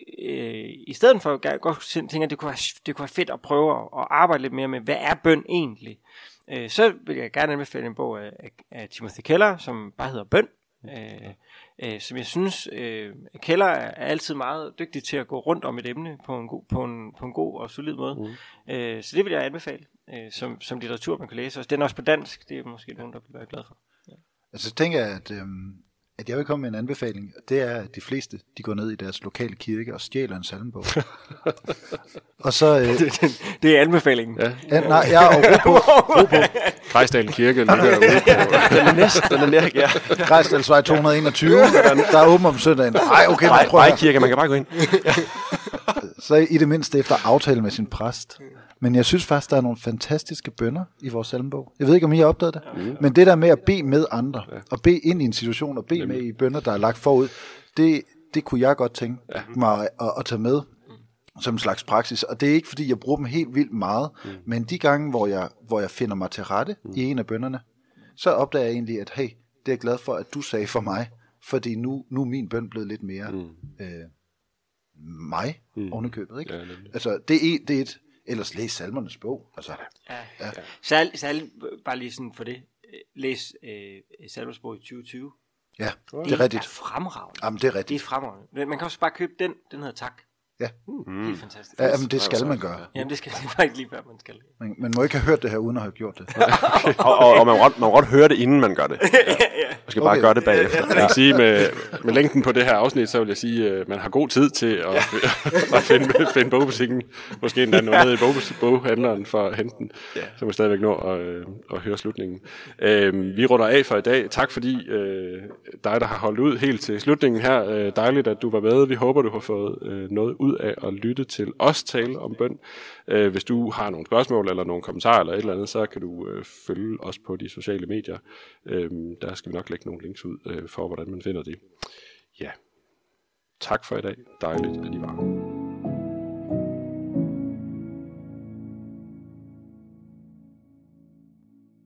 øh, i stedet for jeg godt tænker, at det kunne, være, det kunne være fedt at prøve at, at arbejde lidt mere med, hvad er bøn egentlig? Øh, så vil jeg gerne anbefale en bog af, af, af Timothy Keller, som bare hedder Bøn. Øh, øh, som jeg synes, øh, Keller er altid meget dygtig til at gå rundt om et emne på en god, på en, på en god og solid måde. Mm. Øh, så det vil jeg anbefale øh, som, som litteratur, man kan læse. Den er også på dansk, det er måske nogen, der bliver være glad for. Ja. Altså så tænker jeg, at... Øhm at jeg vil komme med en anbefaling, det er, at de fleste, de går ned i deres lokale kirke og stjæler en salmebog. Og så... Øh, det, det er anbefalingen. Ja. Ja, nej, ja, og ro på. Ro på. Grejsdal Kirke ligger ude på. Den er næsten, den er nær, ja. Grejsdalsvej to hundrede og enogtyve, der er åben om søndagen. Ej, okay, man prøver. Nej, kirke, man kan bare gå ind. Så i det mindste efter aftale med sin præst. Men jeg synes faktisk, der er nogle fantastiske bønner i vores salmebog. Jeg ved ikke, om I har opdaget det. Mm. Men det der med at bede med andre, ja. og bede ind i en situation, og bede Nemlig. med i bønner, der er lagt forud, det, det kunne jeg godt tænke ja. mig at, at tage med som en slags praksis. Og det er ikke, fordi jeg bruger dem helt vildt meget, mm. men de gange, hvor jeg, hvor jeg finder mig til rette mm. i en af bønnerne, så opdager jeg egentlig, at hey, det er jeg glad for, at du sagde for mig, fordi nu, nu er min bøn blevet lidt mere mm. øh, mig mm. ovenikøbet. Ikke? Ja, altså, det er, det er et... Ellers læs salmernes bog. Altså, ja, ja. Ja. Særligt, særligt, bare lige sådan for det, læs øh, salmernes bog i tyve tyve. Ja, det, det er rigtigt. Det er fremragende. Jamen, det er rigtigt. Det er fremragende. Man kan også bare købe den, den hedder Tak. Ja. Mm. Det er fantastisk. Ja, jamen, det skal man gøre. Jamen, det skal det faktisk lige være, man skal. Man, man må ikke have hørt det her, uden at have gjort det. og og, og man, må godt, man må godt høre det, inden man gør det. Ja. Man skal bare okay. gøre det bagefter. Jeg kan sige, med, med længden på det her afsnit, så vil jeg sige, at man har god tid til at, at finde, finde bogbutikken. Måske endda nå ned i bog, boghandleren for at hente den. Ja. Så må stadigvæk nå at, at høre slutningen. Øh, vi runder af for i dag. Tak fordi øh, dig, der har holdt ud helt til slutningen her. Øh, dejligt, at du var med. Vi håber, du har fået øh, noget ud af at lytte til os tale om bøn. Øh, hvis du har nogle spørgsmål eller nogle kommentarer eller et eller andet, så kan du øh, følge os på de sociale medier. Øh, der skal vi nok lægge nogle links ud øh, for, hvordan man finder det. Ja. Tak for i dag. Dejligt, at I var med.